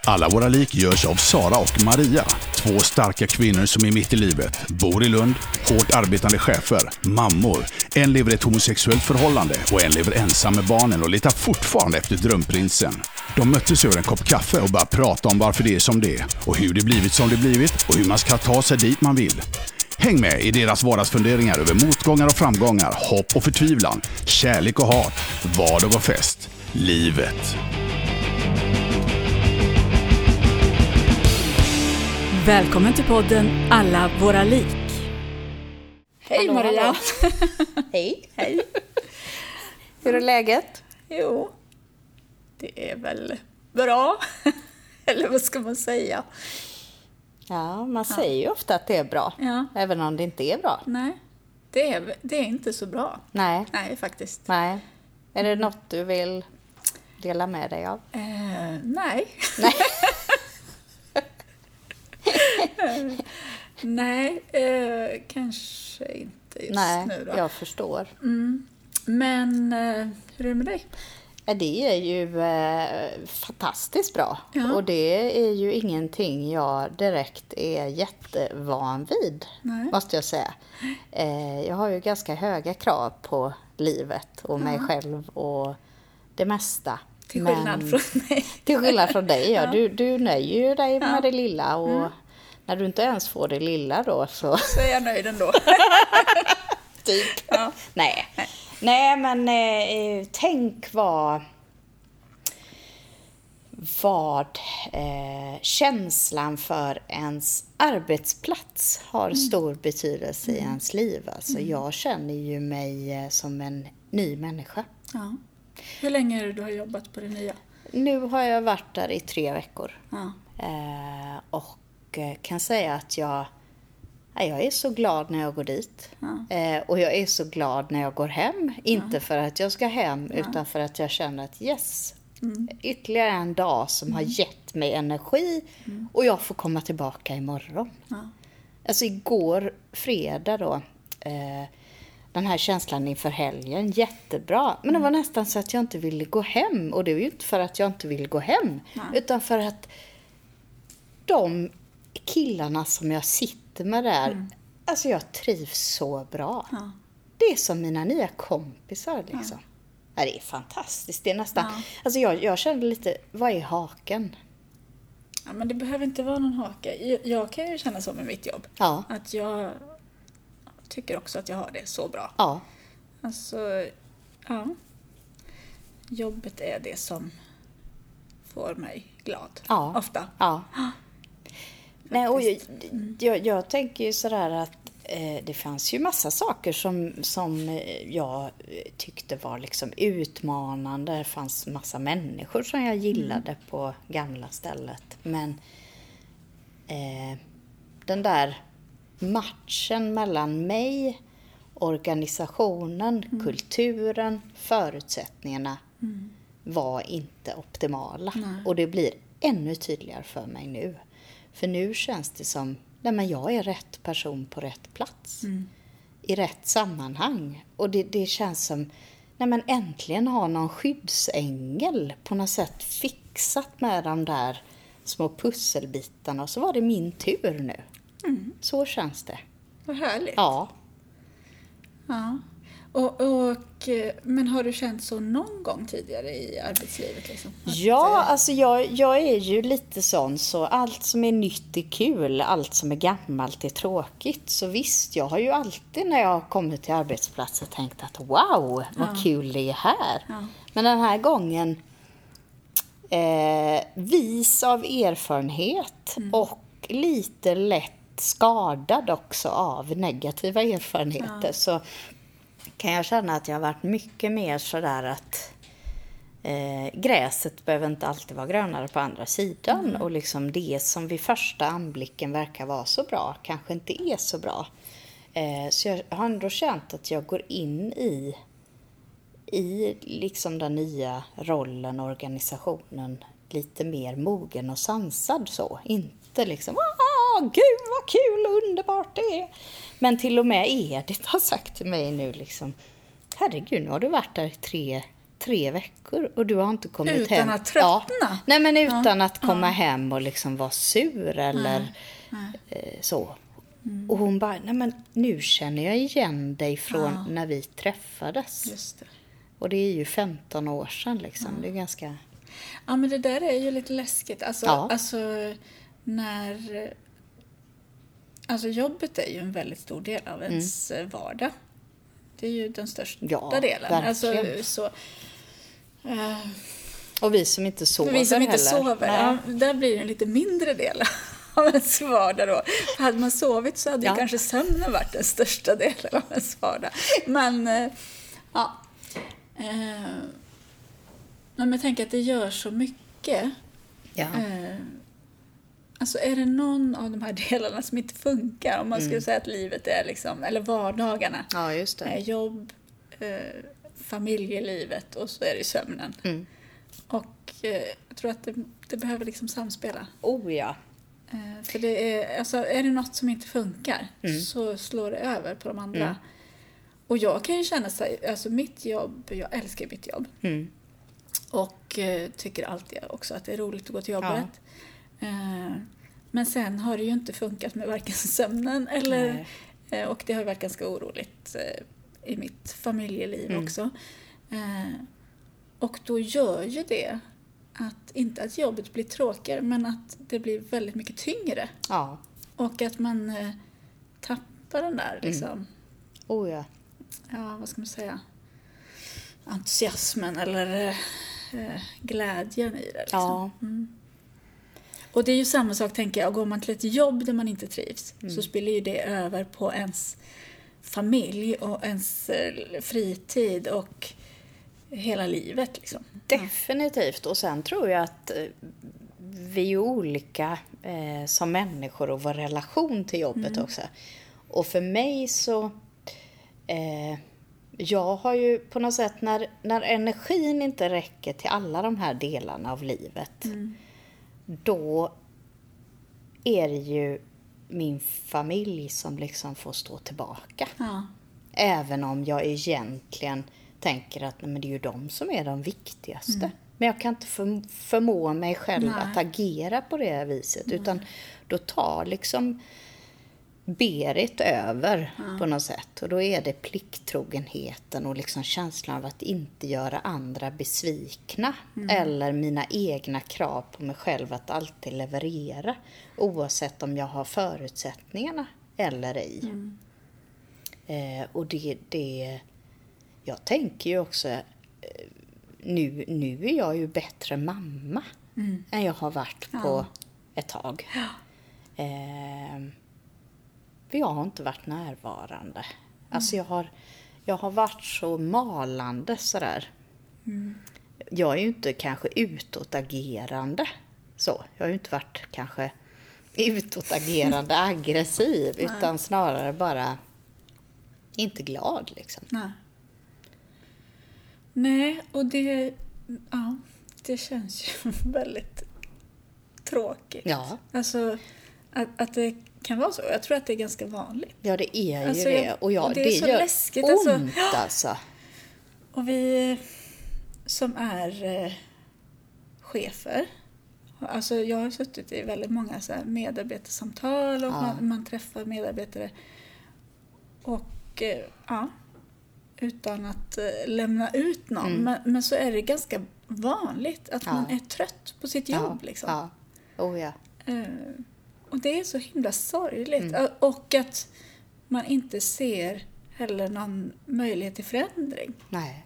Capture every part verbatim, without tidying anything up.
Alla våra lik görs av Sara och Maria. Två starka kvinnor som är mitt i livet. Bor i Lund, hårt arbetande chefer, mammor. En lever ett homosexuellt förhållande och en lever ensam med barnen och letar fortfarande efter drömprinsen. De möttes över en kopp kaffe och började prata om varför det är som det är. Och hur det blivit som det blivit och hur man ska ta sig dit man vill. Häng med i deras vardagsfunderingar över motgångar och framgångar, hopp och förtvivlan, kärlek och hat, vardag och fest, livet. Välkommen till podden Alla våra lik. Hej hallå, Maria. Hallå. Hej. Hej. Hur är läget? Jo, det är väl bra. Eller vad ska man säga? Ja, man ja. säger ju ofta att det är bra. Ja. Även om det inte är bra. Nej, det är, det är inte så bra. Nej. Nej, faktiskt. Nej. Är det något du vill dela med dig av? Eh, nej. Nej. Nej, eh, kanske inte just Nej, nu då. jag förstår. Mm. Men eh, hur är det med dig? Det är ju eh, fantastiskt bra. Ja. Och det är ju ingenting jag direkt är jättevan vid. Nej. Måste jag säga. Eh, jag har ju ganska höga krav på livet och mig ja. själv och det mesta. Till skillnad Men, från mig. Till skillnad från dig, ja. ja. Du, du nöjer ju dig ja. med det lilla och mm. när du inte ens får det lilla då så... Så är jag nöjd ändå. typ. Ja. Nej. Nej. Nej, men eh, tänk vad... Vad eh, känslan för ens arbetsplats har mm. stor betydelse mm. i ens liv. Alltså, mm. Jag känner ju mig eh, som en ny människa. Ja. Hur länge är det du har jobbat på det nya? Nu har jag varit där i tre veckor. Ja. Eh, och kan säga att jag, jag är så glad när jag går dit. Ja. Eh, och jag är så glad när jag går hem. Inte ja. för att jag ska hem ja. utan för att jag känner att yes, mm. ytterligare en dag som mm. har gett mig energi mm. och jag får komma tillbaka imorgon. Ja. Alltså igår fredag då, eh, den här känslan inför helgen, jättebra. Men det var nästan så att jag inte ville gå hem. Och det är ju inte för att jag inte vill gå hem. Nej. Utan för att de killarna som jag sitter med där, mm. alltså jag trivs så bra. Ja. Det är som mina nya kompisar liksom. Ja. Ja, det är fantastiskt. Det är nästan, ja. Alltså jag, jag kände lite, vad är haken? Ja, men det behöver inte vara någon hake. Jag, jag kan ju känna så med mitt jobb. Ja. Att jag tycker också att jag har det så bra. Ja. Alltså, ja. Jobbet är det som får mig glad. Ja. Ofta. Ja. Nej, och jag, jag, jag tänker ju sådär att eh, det fanns ju massa saker som, som jag tyckte var liksom utmanande. Det fanns massa människor som jag gillade mm. på gamla stället. Men eh, den där matchen mellan mig, organisationen, mm. kulturen, förutsättningarna mm. var inte optimala. Nej. Och det blir ännu tydligare för mig nu. För nu känns det som att jag är rätt person på rätt plats. Mm. I rätt sammanhang. Och det, det känns som att man äntligen har någon skyddsängel på något sätt fixat med de där små pusselbitarna. Och så var det min tur nu. Mm. Så känns det. Vad härligt. Ja. Ja. Och, och, men har du känt så någon gång tidigare i arbetslivet? Liksom? Att, ja, alltså jag, jag är ju lite sån så allt som är nytt är kul, allt som är gammalt är tråkigt. Så visst, jag har ju alltid när jag har kommit till arbetsplatsen tänkt att wow, vad ja. kul det är här. Ja. Men den här gången eh, vis av erfarenhet mm. och lite lätt skadad också av negativa erfarenheter ja. så kan jag känna att jag har varit mycket mer sådär att eh, gräset behöver inte alltid vara grönare på andra sidan mm. och liksom det som vid första anblicken verkar vara så bra kanske inte är så bra. Eh, så jag har ändå känt att jag går in i i liksom den nya rollen, organisationen lite mer mogen och sansad så. Inte liksom ah, gud vad kul och underbart det är. Men till och med Edith har sagt till mig nu liksom herregud, nu har du varit där i tre, tre veckor och du har inte kommit utan hem. Utan att tröttna? Ja. Nej, men utan ja. att komma ja. hem och liksom vara sur eller Nej. Nej. Eh, så. Mm. Och hon bara, nej men nu känner jag igen dig från ja. när vi träffades. Just det. Och det är ju femton år sedan liksom. Ja. Det är ganska... Ja, men det där är ju lite läskigt. Alltså, ja. alltså när... Alltså jobbet är ju en väldigt stor del av ens mm. vardag. Det är ju den största ja, delen. Verkligen. Alltså, så, uh, och vi som inte sover Vi som inte heller. sover, ja, där blir det en lite mindre del av ens vardag då. För hade man sovit så hade ja. kanske sömnen varit den största delen av ens vardag. Men, uh, ja. Uh, men jag tänker att det gör så mycket. Ja. Uh, Alltså är det någon av de här delarna som inte funkar, om man skulle mm. säga att livet är liksom, eller vardagarna, ja, just det. jobb, eh, familjelivet och så är det sömnen. Mm. Och eh, jag tror att det, det behöver liksom samspela. Oh ja. Eh, för det är, alltså, är det något som inte funkar mm. så slår det över på de andra. Mm. Och jag kan ju känna så här, alltså mitt jobb, jag älskar mitt jobb. Mm. Och eh, tycker alltid också att det är roligt att gå till jobbet. Ja. Men sen har det ju inte funkat med varken sömnen eller, Nej. och det har varit ganska oroligt i mitt familjeliv mm. också. Och då gör ju det att, inte att jobbet blir tråkigare, men att det blir väldigt mycket tyngre. Ja. Och att man tappar den där liksom, mm. oh ja. ja, vad ska man säga, entusiasmen eller eh, glädjen i det. Liksom. Ja. Mm. Och det är ju samma sak, tänker jag, går man till ett jobb där man inte trivs mm. så spiller ju det över på ens familj och ens fritid och hela livet. Liksom. Definitivt. Och sen tror jag att vi är olika eh, som människor och vår relation till jobbet mm. också. Och för mig så... Eh, jag har ju på något sätt, när, när energin inte räcker till alla de här delarna av livet... Mm. Då är det ju min familj som liksom får stå tillbaka. Ja. Även om jag egentligen tänker att nej, men det är ju de som är de viktigaste. Mm. Men jag kan inte för, förmå mig själv nej. att agera på det här viset. Nej. Utan då tar liksom Berit över ja. på något sätt. Och då är det plikttrogenheten och liksom känslan av att inte göra andra besvikna. Mm. Eller mina egna krav på mig själv att alltid leverera. Oavsett om jag har förutsättningarna eller ej. Mm. Eh, och det, det... Jag tänker ju också... Eh, nu, nu är jag ju bättre mamma mm. än jag har varit på ja. ett tag. Ja. Eh, För jag har inte varit närvarande. Mm. Alltså jag har, jag har varit så malande sådär. Mm. Jag är ju inte kanske utåtagerande. Så. Jag har ju inte varit kanske utåtagerande aggressiv. Utan snarare bara inte glad liksom. Nej. Nej, och det, ja, det känns ju väldigt tråkigt. Ja. Alltså att, att det kan vara så. Jag tror att det är ganska vanligt. Ja, det är ju alltså, det. Och, jag, och det är det så gör läskigt. ont alltså. alltså. Och vi som är eh, chefer. Alltså jag har suttit i väldigt många så här medarbetarsamtal. Och ja. man, man träffar medarbetare. Och eh, ja. Utan att eh, lämna ut någon. Mm. Men, men så är det ganska vanligt att ja. man är trött på sitt jobb. Ja. Liksom. Ja. Oh, ja. Eh, och det är så himla sorgligt. Mm. Och att man inte ser heller någon möjlighet till förändring. Nej.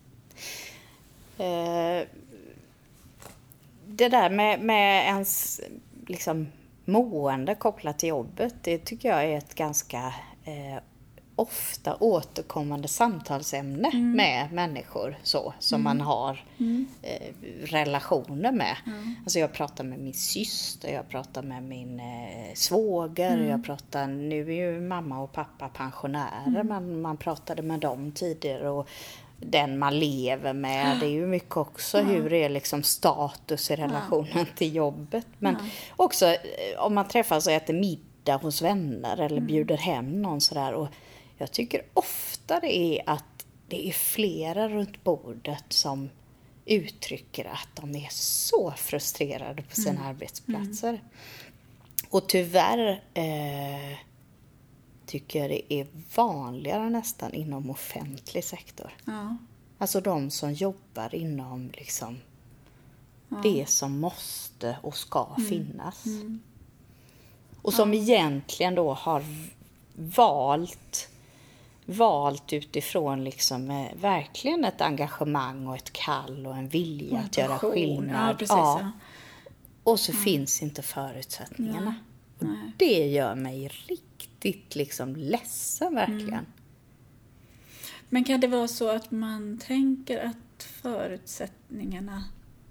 Eh, det där med, med ens liksom, mående kopplat till jobbet, det tycker jag är ett ganska eh, ofta återkommande samtalsämne mm. med människor så, som mm. man har mm. eh, relationer med. Mm. Alltså jag pratar med min syster, jag pratar med min eh, svåger, mm. jag pratar, nu är ju mamma och pappa pensionärer, mm. man, man pratade med dem tidigare och den man lever med, det är ju mycket också mm. hur det är liksom status i relationen mm. till jobbet. Men mm. också om man träffas och äter middag hos vänner eller mm. bjuder hem någon sådär, och jag tycker ofta det är att det är flera runt bordet som uttrycker att de är så frustrerade på sina mm. arbetsplatser. Mm. Och tyvärr eh, tycker jag det är vanligare nästan inom offentlig sektor. Ja. Alltså de som jobbar inom liksom ja. det som måste och ska mm. finnas. Mm. Och som ja. egentligen då har valt valt utifrån liksom eh, verkligen ett engagemang och ett kall och en vilja och att göra skillnad. Ja, precis, ja. Ja. Och så ja. finns inte förutsättningarna. Nej. Och det gör mig riktigt liksom ledsen verkligen. Mm. Men kan det vara så att man tänker att förutsättningarna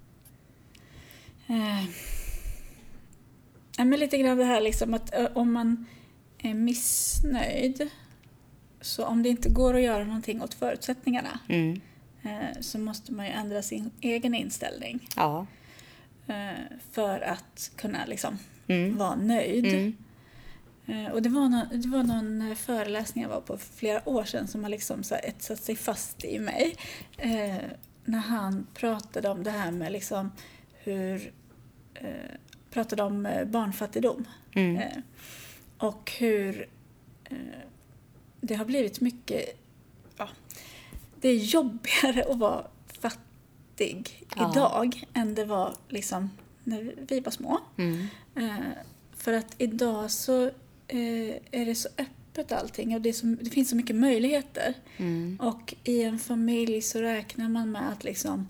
eh, men lite grann det här liksom att om man är missnöjd, så om det inte går att göra någonting åt förutsättningarna mm. eh, så måste man ju ändra sin egen inställning. Ja. Eh, för att kunna liksom mm. vara nöjd. Mm. Eh, och det var, någon, det var någon föreläsning jag var på för flera år sedan som har liksom så här etsat sig fast i mig. Eh, när han pratade om det här med liksom hur eh, pratade om barnfattigdom. Mm. Eh, och hur eh, det har blivit mycket, ja, det är jobbigare att vara fattig ja. idag än det var liksom när vi var små. Mm. Eh, för att idag så eh, är det så öppet allting och det, är så, det finns så mycket möjligheter. Mm. Och i en familj så räknar man med att liksom,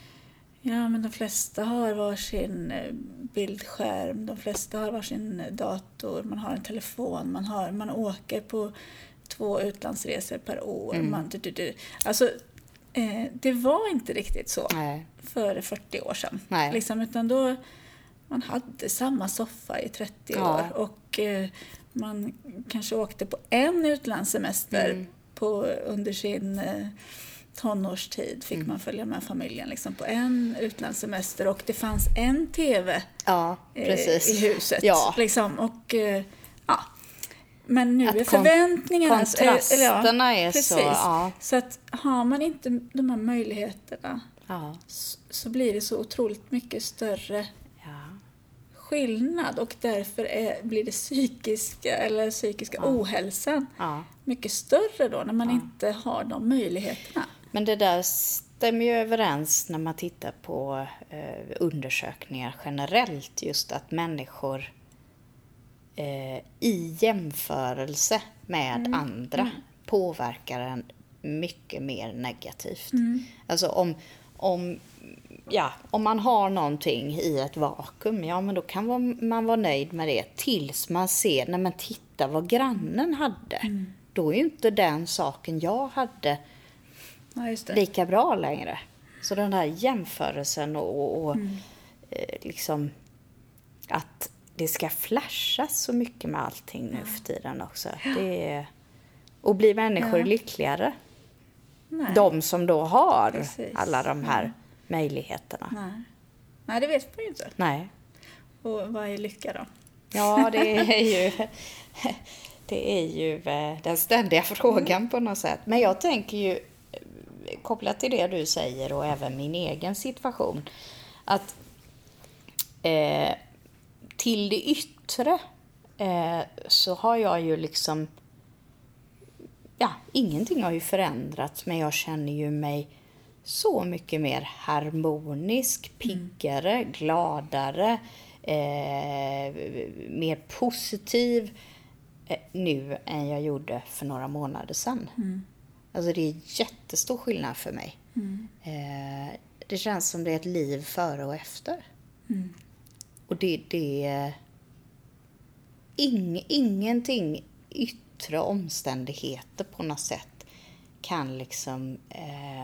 ja men de flesta har varsin bildskärm, de flesta har varsin dator, man har en telefon, man, har, man åker på två utlandsresor per år. Mm. Man, du, du, du. Alltså, eh, det var inte riktigt så Nej. för fyrtio år sedan. Nej. Liksom, utan då man hade samma soffa i trettio ja. år och eh, man kanske åkte på en utlandssemester mm. på, under sin eh, tonårstid fick mm. man följa med familjen liksom, på en utlandssemester och det fanns en tv ja, precis. Eh, i huset. Ja. Liksom, och eh, ja. Men nu att är förväntningarna... kontrasterna ja, är precis. så... Ja. Så att har man inte de här möjligheterna ja. så, så blir det så otroligt mycket större ja. skillnad och därför är, blir det psykiska eller psykiska ja. ohälsan ja. mycket större då när man ja. inte har de möjligheterna. Men det där stämmer ju överens när man tittar på eh, undersökningar generellt, just att människor eh, i jämförelse med mm. andra mm. påverkar en mycket mer negativt. Mm. Alltså om, om, ja, om man har någonting i ett vakuum, ja men då kan man vara nöjd med det tills man ser, när man tittar vad grannen hade. Mm. Då är ju inte den saken jag hade ja, just det. lika bra längre. Så den här jämförelsen och, och mm. eh, liksom att det ska flashas så mycket med allting nu ja. för tiden också. Det är, och bli människor ja. lyckligare. Nej. De som då har Precis. alla de här ja. möjligheterna. Nej. Nej, det vet man ju inte. Nej. Och vad är lycka då? Ja, det är ju det är ju den ständiga frågan på något sätt. Men jag tänker ju, kopplat till det du säger och även min egen situation, att eh, till det yttre eh, så har jag ju liksom, ja, ingenting har ju förändrats, men jag känner ju mig så mycket mer harmonisk, piggare, mm. gladare, eh, mer positiv eh, nu än jag gjorde för några månader sedan. Mm. Alltså det är jättestor skillnad för mig. Mm. Eh, det känns som det är ett liv före och efter. Mm. Och det, det är ing, ingenting yttre omständigheter på något sätt kan liksom eh,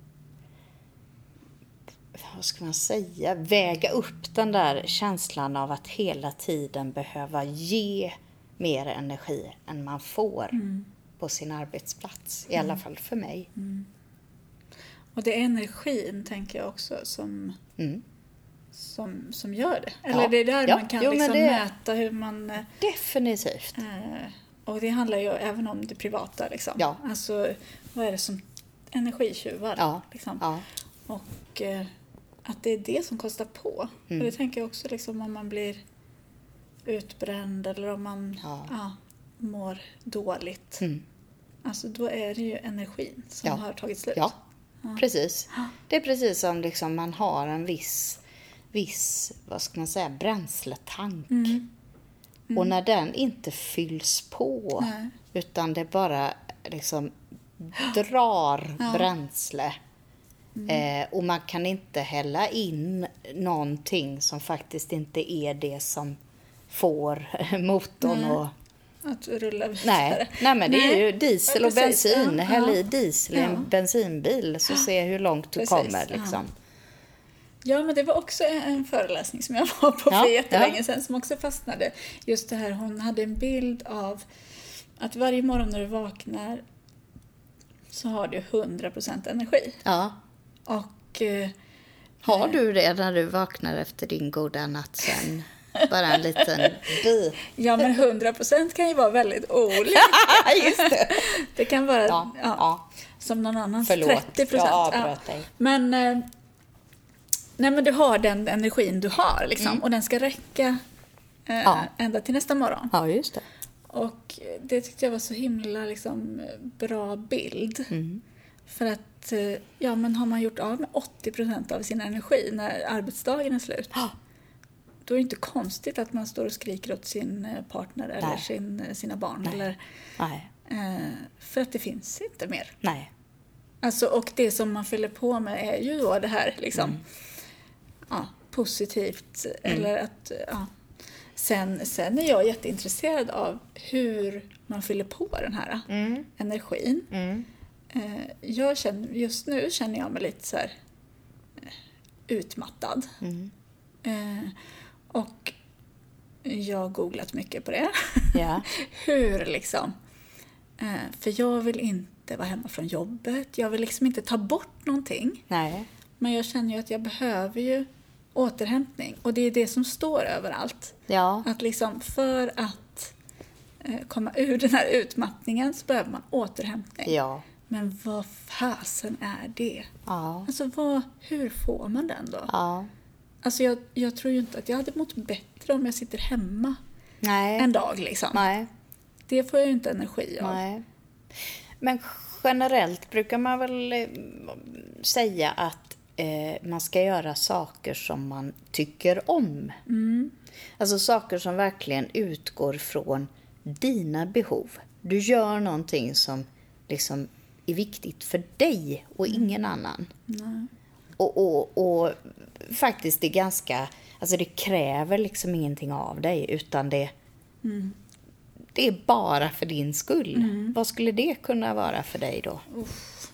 vad ska man säga, väga upp den där känslan av att hela tiden behöva ge mer energi än man får Mm. på sin arbetsplats. I alla Mm. fall för mig. Mm. Och det är energin, tänker jag också, som, Mm. som, som gör det. Eller Ja. det är där Ja. man kan Jo, men liksom det- mäta hur man... eh, Definitivt. Eh, och det handlar ju även om det privata. Liksom. Ja. Alltså, vad är det som energitjuvar. Ja. Liksom. Ja. Och eh, att det är det som kostar på. Mm. Och det tänker jag också liksom, om man blir utbränd eller om man Ja. ja, mår dåligt. Mm. Alltså då är det ju energin som Ja. har tagit slut. Ja, Ja. precis. Det är precis som liksom man har en viss, viss, vad ska man säga, bränsletank. Mm. Mm. Och när den inte fylls på, Nej. utan det bara liksom drar Ja. bränsle. Mm. Eh, och man kan inte hälla in någonting som faktiskt inte är det som får motorn Nej. och... Att rulla vidare. Nej, nej men det är ju diesel Ja, och precis. bensin. Ja, Häll i ja. diesel i en Ja. bensinbil så se hur långt du Precis, kommer. ja. Liksom. Ja, men det var också en föreläsning som jag var på för Ja, jättelänge ja. sedan som också fastnade. Just det här, hon hade en bild av att varje morgon när du vaknar så har du hundra procent energi. Ja. Och eh, Har du det när du vaknar efter din goda nattsömn? Bara en liten bit. ja, men hundra procent kan ju vara väldigt olika. Just det. Det kan vara Ja, ja, ja. som någon annans Förlåt, trettio procent. jag avbröt dig. Men, eh, nej, men du har den energin du har liksom, Mm. och den ska räcka eh, Ja. ända till nästa morgon. Ja, just det. Och det tyckte jag var så himla liksom, bra bild. Mm. För att eh, ja, men har man gjort av med åttio procent av sin energi när arbetsdagen är slut, Ja. då är det inte konstigt att man står och skriker åt sin eh, partner eller Nej. sin, eh, sina barn. Nej. Eller, Nej. eh, för att det finns inte mer. Nej. Alltså, och det som man fyller på med är ju då det här liksom, Mm. ja, positivt. Mm. Eller att, ja. sen, sen är jag jätteintresserad av hur man fyller på den här Mm. energin. Mm. Eh, jag känner, just nu känner jag mig lite så här eh, utmattad. Mm. Eh, och jag har googlat mycket på det. Ja. Hur liksom. Eh, för jag vill inte vara hemma från jobbet. Jag vill liksom inte ta bort någonting. Nej. Men jag känner ju att jag behöver ju återhämtning. Och det är det som står överallt. Ja. Att liksom för att eh, komma ur den här utmattningen så behöver man återhämtning. Ja. Men vad fasen är det? Ja. Alltså vad, hur får man den då? Ja. Alltså jag, jag tror ju inte att jag hade mått bättre om jag sitter hemma Nej. en dag liksom. Nej. Det får jag ju inte energi av. Nej. Men generellt brukar man väl eh, säga att eh, man ska göra saker som man tycker om. Mm. Alltså saker som verkligen utgår från dina behov. Du gör någonting som liksom är viktigt för dig och ingen annan. Nej. Och, och, och faktiskt det är ganska, alltså det kräver liksom ingenting av dig utan det, Mm. det är bara för din skull. Mm. Vad skulle det kunna vara för dig då? Uff.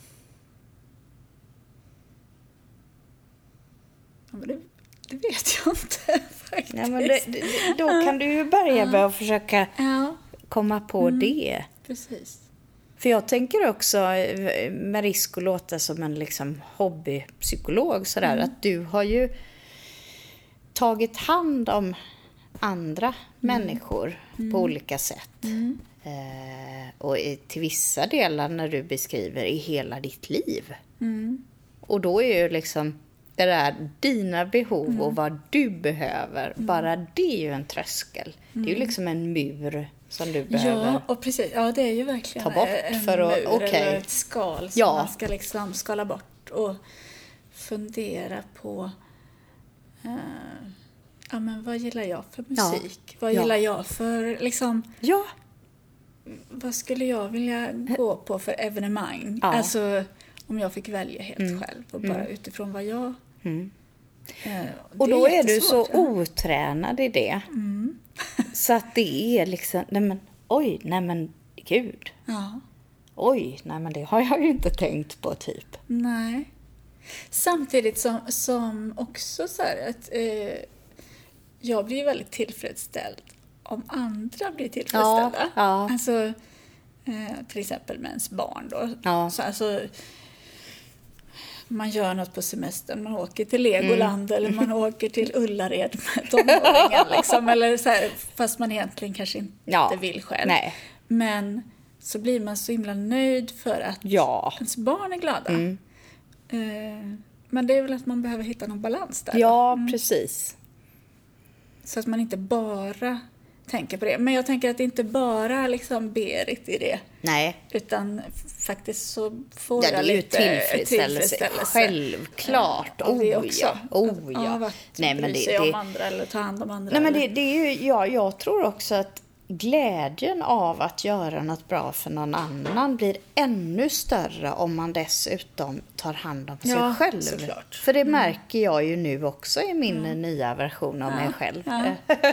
Ja, men det, det vet jag inte faktiskt. Ja, men det, det, då kan du ju börja med att försöka Ja, komma på Mm. det. precis. För jag tänker också, med risk att låta som en liksom hobbypsykolog, sådär, Mm. att du har ju tagit hand om andra människor på olika sätt. Mm. Eh, och i, till vissa delar när du beskriver i hela ditt liv. Mm. Och då är ju liksom det där dina behov och vad du behöver, bara det är ju en tröskel. Det är ju liksom en mur som du behöver. Ja, och precis. Ja, det är ju verkligen Ta bort en för att- mur okej. eller ett skal som Ja. man ska liksom skala bort och fundera på eh, ja, men vad gillar jag för Ja. musik? Vad Ja. gillar jag för liksom, Ja, vad skulle jag vilja gå på för evenemang? Ja. Alltså om jag fick välja helt Mm. själv och bara utifrån vad jag... Mm. Eh, och det då är du så jättesvårt, ja. otränad i det. Mm. Så att det är liksom, nej men oj, nej men gud. Ja. Oj, nej men det har jag ju inte tänkt på typ. Nej. Samtidigt som, som också så här att eh, jag blir väldigt tillfredsställd om andra blir tillfredsställda. Ja, ja. Alltså eh, till exempel med ens barn då. Ja. Så, alltså, man gör något på semestern, man åker till Legoland eller man åker till Ullared med tonåringen liksom, eller så här, fast man egentligen kanske inte Ja. vill själv. Nej. Men så blir man så himla nöjd för att Ja. ens barn är glada. Mm. Eh, men det är väl att man behöver hitta någon balans där. Ja, mm. precis. Så att man inte bara tänker på det. Men jag tänker att det inte bara liksom Berit i det. Nej. Utan faktiskt så får ja, jag det är ju lite tillfredsställelse. tillfredsställelse. Självklart. Ja, det oh, också. ja. Oh, ja. Av att Nej, men bry det, sig det... om andra eller ta hand om andra. Nej, men eller... det, det är ju, ja, jag tror också att glädjen av att göra något bra för någon annan blir ännu större om man dessutom tar hand om sig ja, själv. Såklart. För det märker jag ju nu också i min mm. nya version av ja. mig själv. Ja.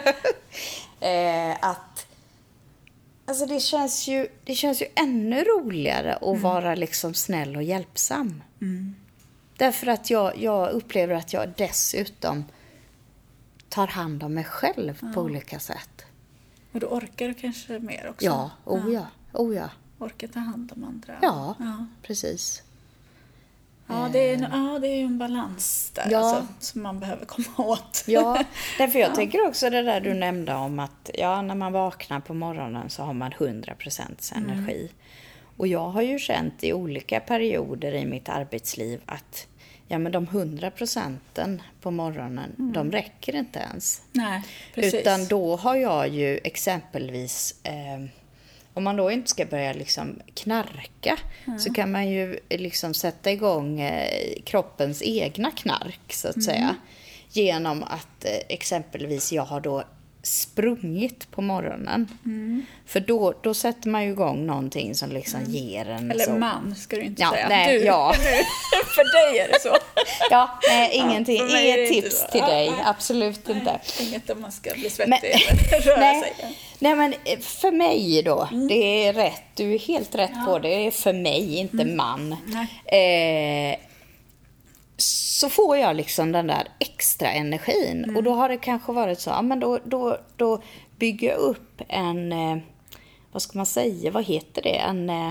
eh, att alltså det känns ju det känns ju ännu roligare att mm. vara liksom snäll och hjälpsam. Mm. Därför att jag, jag upplever att jag dessutom tar hand om mig själv ja. på olika sätt. Och du orkar kanske mer också. Ja, oh ja, oh ja. Orkar ta hand om andra. Ja, ja. precis. Ja, det är, ja, det är ju en balans där ja. alltså, som man behöver komma åt. Ja, därför jag ja. tänker också det där du nämnde om att ja, när man vaknar på morgonen så har man hundra procent energi. Mm. Och jag har ju känt i olika perioder i mitt arbetsliv att ja, men de hundra procenten på morgonen, mm. de räcker inte ens. Nej, precis. Utan då har jag ju exempelvis, eh, om man då inte ska börja liksom knarka, mm. så kan man ju liksom sätta igång eh, kroppens egna knark, så att mm. säga. Genom att eh, exempelvis jag har då sprungit på morgonen. Mm. För då, då sätter man ju igång någonting som liksom mm. ger en... Eller så... man, ska du inte ja, säga. Nej, du, ja. du, för dig är det så. Ja, nej, ingenting. Ja, inget tips till dig. Ja, absolut nej, inte. Inget om man ska bli svettig men, eller röra nej, sig. Nej, men för mig då, mm. det är rätt. Du är helt rätt ja. på det. Det är för mig, inte mm. man. Eh, så får jag liksom den där extra energin. Mm. Och då har det kanske varit så, ja, men då, då, då bygger jag upp en, eh, vad ska man säga, vad heter det? En... Eh,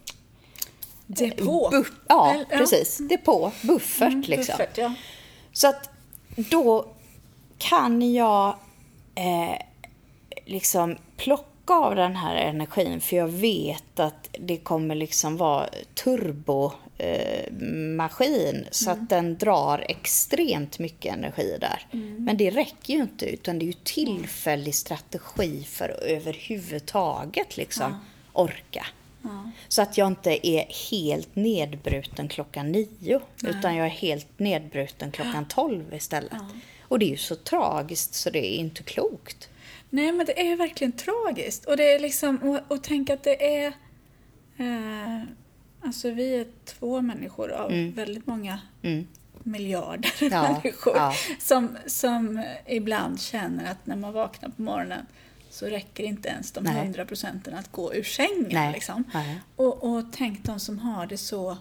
depå. Buff- ja, Eller, ja, precis. Depå, buffert mm, liksom. Buffert, ja. Så att då kan jag eh, liksom plocka av den här energin, för jag vet att det kommer liksom vara turbomaskin eh, så mm. att den drar extremt mycket energi där. Mm. Men det räcker ju inte, utan det är ju tillfällig strategi för att överhuvudtaget liksom ja. orka. Ja. Så att jag inte är helt nedbruten klockan nio. Nej. Utan jag är helt nedbruten klockan tolv istället. Ja. Och det är ju så tragiskt så det är inte klokt. Nej, men det är verkligen tragiskt. Och det är liksom, och, och tänk att det är eh, alltså vi är två människor av mm. väldigt många mm. miljarder ja. människor ja. Som, som ibland känner att när man vaknar på morgonen så räcker inte ens de hundra procenten att gå ur sängen. Nej. Liksom. Nej. Och, och tänk de som har det så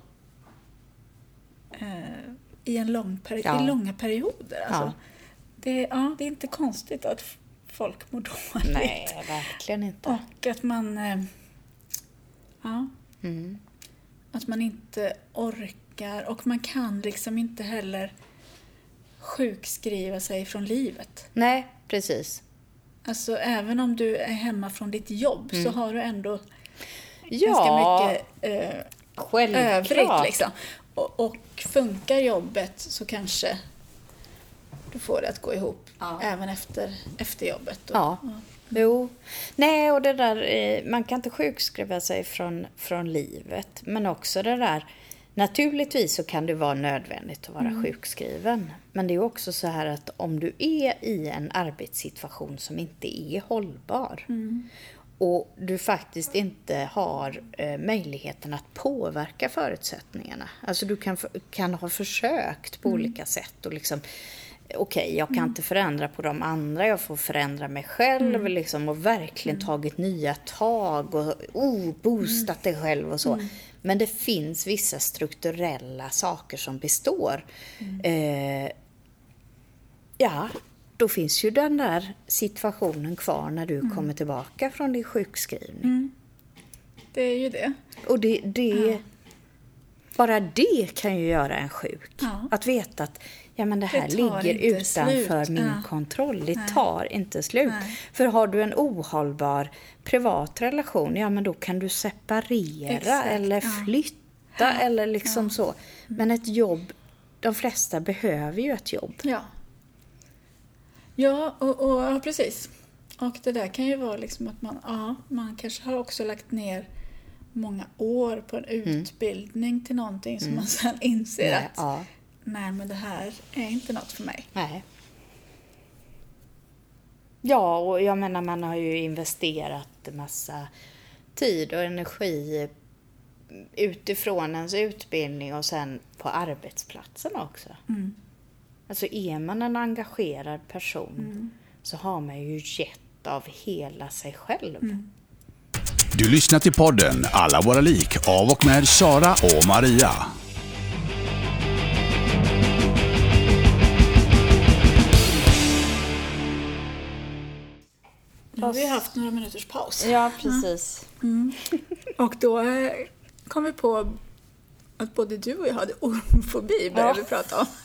eh, i, en lång peri- ja. i långa perioder. Alltså, ja. Det, ja, det är inte konstigt att folk mår dåligt. Nej, verkligen inte. Och att man eh, ja, mm. att man inte orkar, och man kan liksom inte heller sjukskriva sig från livet. Nej, precis. Alltså även om du är hemma från ditt jobb mm. så har du ändå ja, ganska mycket eh, övrigt liksom. Och, och funkar jobbet så kanske du får det att gå ihop ja. även efter, efter jobbet. Och, ja, ja. Jo. Nej, och det där, man kan inte sjukskriva sig från, från livet. Men också det där, naturligtvis så kan det vara nödvändigt att vara mm. sjukskriven. Men det är också så här att om du är i en arbetssituation som inte är hållbar mm. och du faktiskt inte har eh, möjligheten att påverka förutsättningarna. Alltså du kan, kan ha försökt på mm. olika sätt och liksom okej, okay, jag kan mm. inte förändra på de andra, jag får förändra mig själv mm. liksom, och verkligen mm. tagit nya tag och oh, boostat mm. dig själv och så. Mm. Men det finns vissa strukturella saker som består. Mm. Eh, ja, då finns ju den där situationen kvar när du mm. kommer tillbaka från din sjukskrivning. Mm. Det är ju det. Och det, det ja. bara det kan ju göra en sjuk. Ja. Att veta att ja men det här det ligger utanför slut. min ja. kontroll. Det Nej. tar inte slut. Nej. För har du en ohållbar privat relation, ja men då kan du separera Exakt, eller ja. flytta eller liksom Ja. så. Men ett jobb, de flesta behöver ju ett jobb. Ja. Ja, och, och ja, precis. Och det där kan ju vara liksom att man, ja, man kanske har också lagt ner många år på en utbildning till någonting som man sen inser Nej, att ja. nej, men det här är inte något för mig. Nej. Ja, och jag menar man har ju investerat en massa tid och energi utifrån ens utbildning och sen på arbetsplatsen också. Mm. Alltså är man en engagerad person Mm. så har man ju gett av hela sig själv. Mm. Du lyssnar till podden Alla våra lik av och med Sara och Maria. Nu har vi haft några minuters paus. Ja, precis. Mm. Och då eh, kom vi på att både du och jag hade ormfobi, började Ja. vi prata om.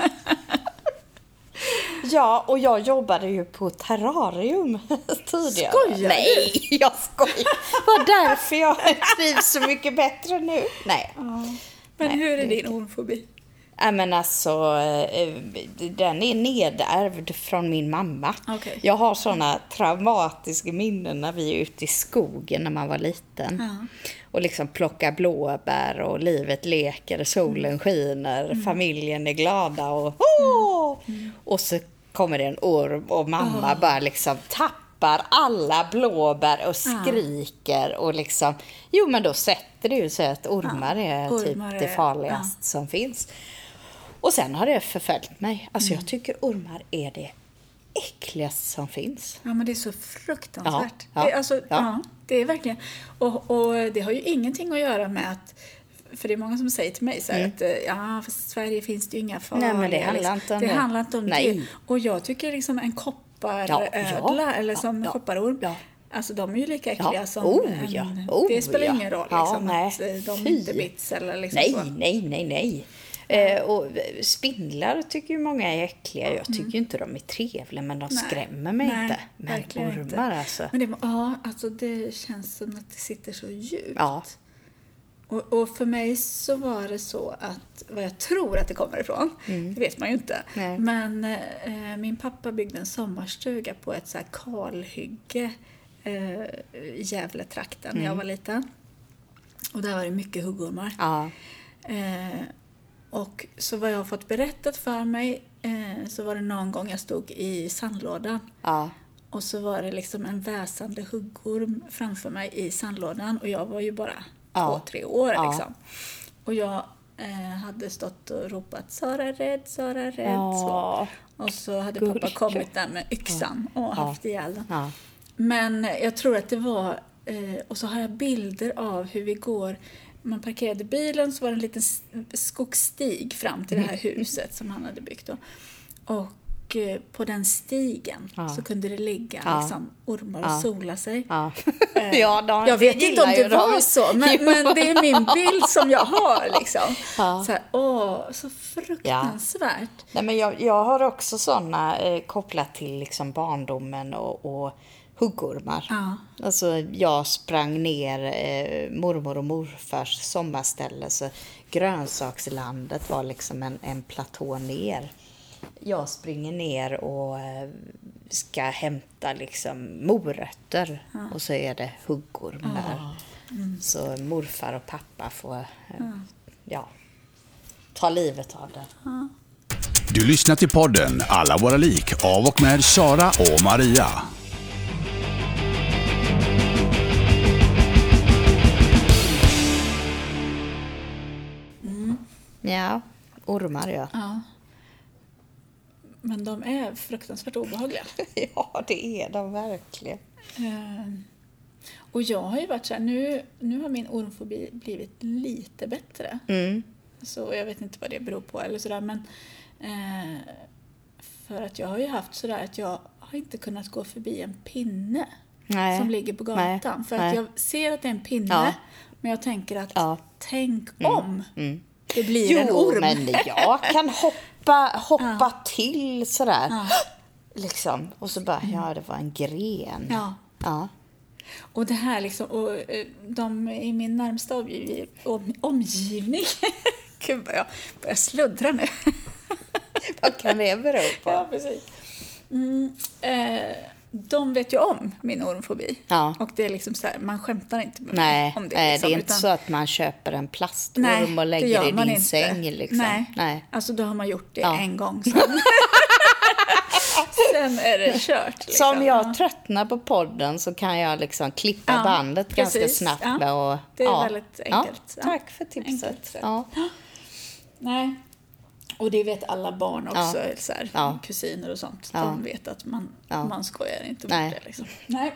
Ja, och jag jobbade ju på terrarium tidigare. Skojar du? Nej, jag skojar. Var därför jag trivs så mycket bättre nu. Nej. Ja. Men Nej, hur är det är din inte. ormfobi? Nej, men alltså, eh, den är nedärvd från min mamma. Okej. Jag har såna traumatiska minnen när vi är ute i skogen när man var liten. Ja. Och liksom plocka blåbär och livet leker, solen skiner, Mm. familjen är glada och åh! Och så kommer det en orm och mamma Oh. bara liksom tappar alla blåbär och skriker och liksom, jo men då sätter det ju sig att ormar Ja, är ormar typ är- det farligaste som finns. Och sen har det förföljt mig. Alltså jag tycker ormar är det äckligaste som finns. Ja, men det är så fruktansvärt. Ja, ja, det, alltså, ja. ja. det är verkligen. Och, och det har ju ingenting att göra med att, för det är många som säger till mig så här att ja, för Sverige finns det ju inga farliga. Nej, men det handlar liksom. inte om det. det. handlar inte om Nej. det. Och jag tycker liksom en kopparödla Ja, ja, eller som ja, kopparorm, ja. alltså de är ju lika äckliga Ja, som oh, en, ja, oh, det spelar ja. ingen roll Ja, liksom, nej. att eh, de Fy. inte bits eller liksom Nej, så. nej, nej, nej. Eh, och spindlar tycker ju många är äckliga. Jag tycker ju inte de är trevliga, men de Nej. skrämmer mig Nej, inte. Men verkligen ormar inte. alltså. Men det, ja, alltså det känns som att det sitter så djupt. Ja. Och, och för mig så var det så att, vad jag tror att det kommer ifrån, det vet man ju inte. Nej. Men eh, min pappa byggde en sommarstuga på ett så här kalhygge eh, i Gävletrakten när jag var liten. Och där var det mycket huggormar. Ja. Eh, och så vad jag har fått berättat för mig eh, så var det någon gång jag stod i sandlådan. Ja. Och så var det liksom en väsande huggorm framför mig i sandlådan. Och jag var ju bara Ja. två, tre år Ja. liksom. Och jag eh, hade stått och ropat Sara är rädd, Sara är rädd. Ja. Så. Och så hade Gulligt. pappa kommit där med yxan och haft ihjäl den. Ja. Men jag tror att det var, eh, och så har jag bilder av hur vi går. Man parkerade bilen, så var det en liten s- skogsstig fram till det här huset som han hade byggt då. Och eh, på den stigen Ja. så kunde det ligga Ja. liksom, ormar och Ja. sola sig. Ja. Eh, Ja, de jag vet inte om gillar det ju var dem. så, men, Jo. men det är min bild som jag har. Liksom. Ja. Så här, åh, så fruktansvärt. Nej, men jag, jag har också sådana eh, kopplat till liksom barndomen och, och huggormar. Ja. Alltså jag sprang ner eh, mormor och morfars sommarställe, så grönsakslandet var liksom en, en platå ner. Jag springer ner och eh, ska hämta liksom morötter och så är det huggorm där. Så morfar och pappa får eh, ja, ta livet av det. Du lyssnar till podden Alla våra lik av och med Sara och Maria. Ja, ormar ja. Ja. Men de är fruktansvärt obehagliga. Ja, det är de verkligen. Eh, och jag har ju varit så här, nu, nu har min ormfobi blivit lite bättre. Mm. Så jag vet inte vad det beror på eller sådär, men eh, för att jag har ju haft sådär att jag har inte kunnat gå förbi en pinne Nej. som ligger på gatan. Nej. För att Nej. jag ser att det är en pinne, Ja. men jag tänker att Ja. tänk om. Mm. det blir jo, en orm. men jag kan hoppa, hoppa Ja. till sådär. Ja. Liksom. Och så bara, ja, det var en gren. Ja. Ja. Och det här liksom, och eh, de i min närmsta omgivning, om, omgivning. Gud vad jag börjar sluddra nu. Vad kan det bero på? Ja, precis. Mm, eh, de vet ju om min ormfobi. Ja. Och det är liksom så här, man skämtar inte med Nej, om det. det, Liksom, det är inte utan, så att man köper en plastorm nej, och det lägger gör i man din inte. säng. Liksom. Nej. Nej. Alltså då har man gjort det Ja. en gång. Sen, sen är det kört. Liksom. Så om jag Ja. tröttnar på podden så kan jag liksom klippa Ja, bandet ganska precis. snabbt. Ja, Med och, det är ja. väldigt enkelt. Ja, Ja. tack för tipset. Enkelt. Ja. Nej. Och det vet alla barn också, Ja. så här, Ja. kusiner och sånt. Ja. De vet att man, Ja. man skojar inte bort Nej. det. Liksom. Nej.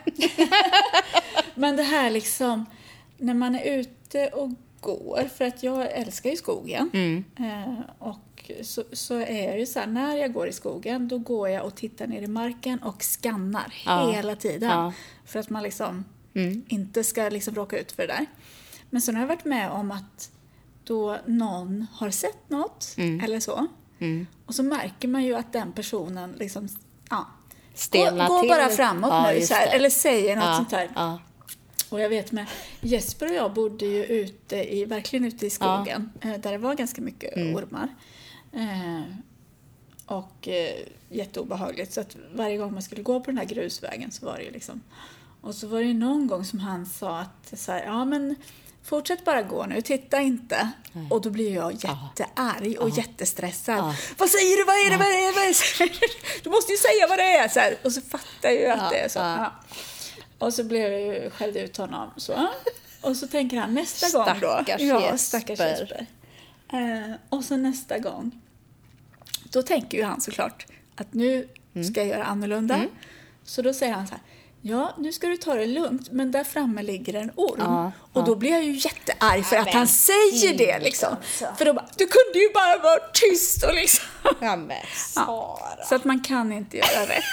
Men det här liksom, när man är ute och går, för att jag älskar ju skogen. Mm. Eh, och så, så är det ju så här, när jag går i skogen, då går jag och tittar ner i marken och skannar Ja. hela tiden. Ja. För att man liksom Mm. inte ska liksom råka ut för det där. Men sen har jag varit med om att då någon har sett något Mm. eller så. Mm. Och så märker man ju att den personen liksom, ja, Stelna går, går till. bara framåt Ja, nu just så här, det. eller säger något Ja, sånt här. ja. Och jag vet med Jesper och jag bodde ju ute i, verkligen ute i skogen, eh, där det var ganska mycket Mm. ormar. Eh, och eh, jätteobehagligt, så att varje gång man skulle gå på den här grusvägen så var det ju liksom. Och så var det ju någon gång som han sa att så här, ja men fortsätt bara gå nu, titta inte. Nej. Och då blir jag jättearg och jättestressad. Ja. Vad säger du? Vad är det? Vad är det? Vad är det? Du måste ju säga vad det är. Så här. Och så fattar jag ju att Ja, det är så. ja. Ja. Och så blev jag ju skälld ut honom. Så. Och så tänker han nästa gång då. Stackars Ja, Jesper. stackars Jesper. Eh, och så nästa gång. Då tänker ju han såklart att nu ska jag göra annorlunda. Mm. Så då säger han så här. Ja, nu ska du ta det lugnt, men där framme ligger en orm. Ja, och ja. då blir jag ju jättearg för Ja, att men han säger det liksom. alltså. För då bara, du kunde ju bara vara tyst och liksom. Ja, men Sara. Så att man kan inte göra rätt.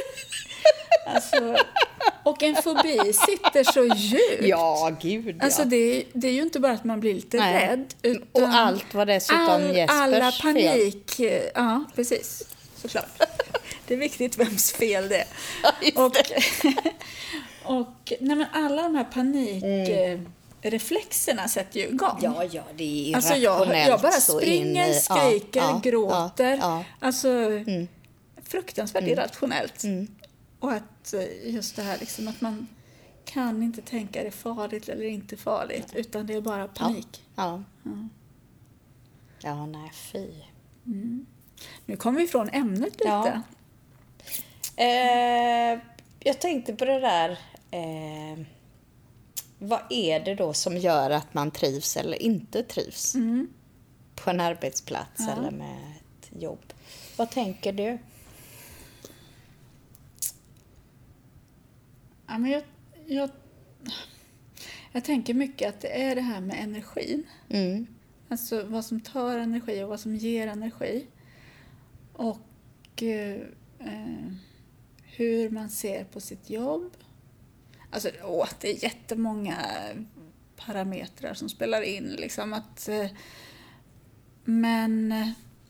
Alltså, och en fobi sitter så djupt. Ja, gud ja. Alltså det, det är ju inte bara att man blir lite Nej. rädd. Utan Och allt var dessutom all, Jespers alla fel. panik. Ja, precis. Såklart. Det är viktigt vems fel det är. Ja, just Och, det. och nej men alla de här panikreflexerna sätter ju igång. Ja, ja, det är irrationellt. Alltså jag, jag bara så springer, in i- skriker, ja, ja, gråter. Ja, ja. Alltså Mm. fruktansvärt irrationellt. Mm. Och att eh, just det här liksom att man kan inte tänka är det farligt eller inte farligt, utan det är bara panik. Ja. Ja. Ja, nej, fy. Nu kommer vi från ämnet lite. Ja. Eh, jag tänkte på det där. Eh, vad är det då som gör att man trivs eller inte trivs Mm. på en arbetsplats Ja. eller med ett jobb? Vad tänker du? Ja, men jag, jag, jag tänker mycket att det är det här med energin. Mm. Alltså vad som tar energi och vad som ger energi. Och eh, eh, hur man ser på sitt jobb. Alltså åh, det är jättemånga parametrar som spelar in. Liksom, att, eh, men eh,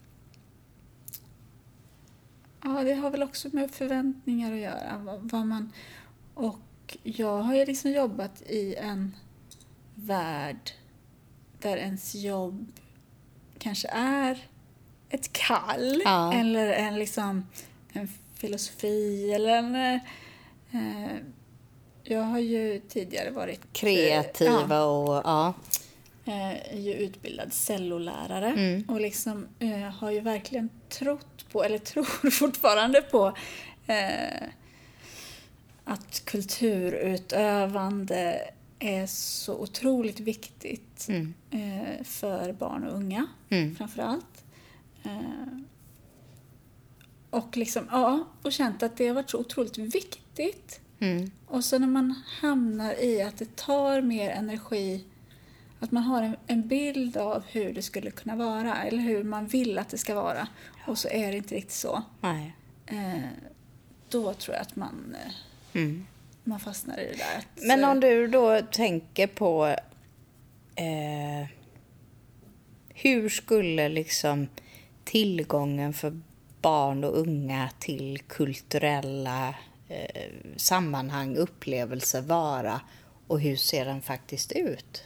ja, det har väl också med förväntningar att göra. Vad, vad man, och jag har ju liksom jobbat i en värld där ens jobb kanske är ett kall Ja. eller en, liksom, en filosofi eller en... Eh, jag har ju tidigare varit Kreativa ja, och ja. eh, är ju utbildad cellolärare Mm. och liksom eh, har ju verkligen trott på, eller tror fortfarande på eh, att kulturutövande är så otroligt viktigt Mm. eh, för barn och unga Mm. framför allt. Eh, och liksom, ja, och känt att det har varit så otroligt viktigt. Mm. Och så när man hamnar i att det tar mer energi, att man har en, en bild av hur det skulle kunna vara eller hur man vill att det ska vara och så är det inte riktigt så. Nej. Eh, då tror jag att man, eh, Mm. man fastnar i det där. Att, Men om du då tänker på eh, hur skulle liksom tillgången för barn och unga till kulturella eh, sammanhang, upplevelser vara, och hur ser den faktiskt ut?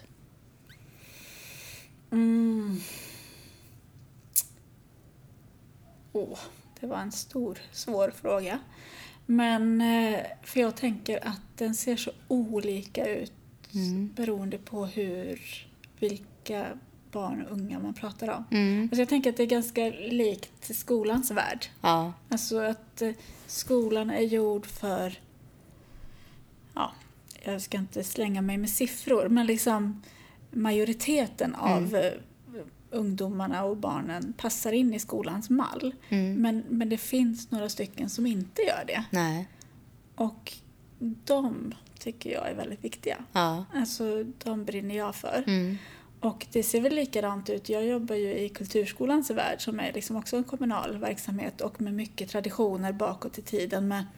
Mm. Oh, det var en stor, svår fråga. Men för jag tänker att den ser så olika ut mm. beroende på hur, vilka barn och unga man pratar om. Mm. Alltså jag tänker att det är ganska likt skolans värld. Ja. Alltså att skolan är gjord för, ja, jag ska inte slänga mig med siffror, men liksom majoriteten mm. av ungdomarna och barnen passar in i skolans mall. Mm. Men, men det finns några stycken som inte gör det. Nej. Och de tycker jag är väldigt viktiga. Ja. Alltså de brinner jag för. Mm. Och det ser väl likadant ut. Jag jobbar ju i kulturskolans värld som är liksom också en kommunal verksamhet och med mycket traditioner bakåt i tiden med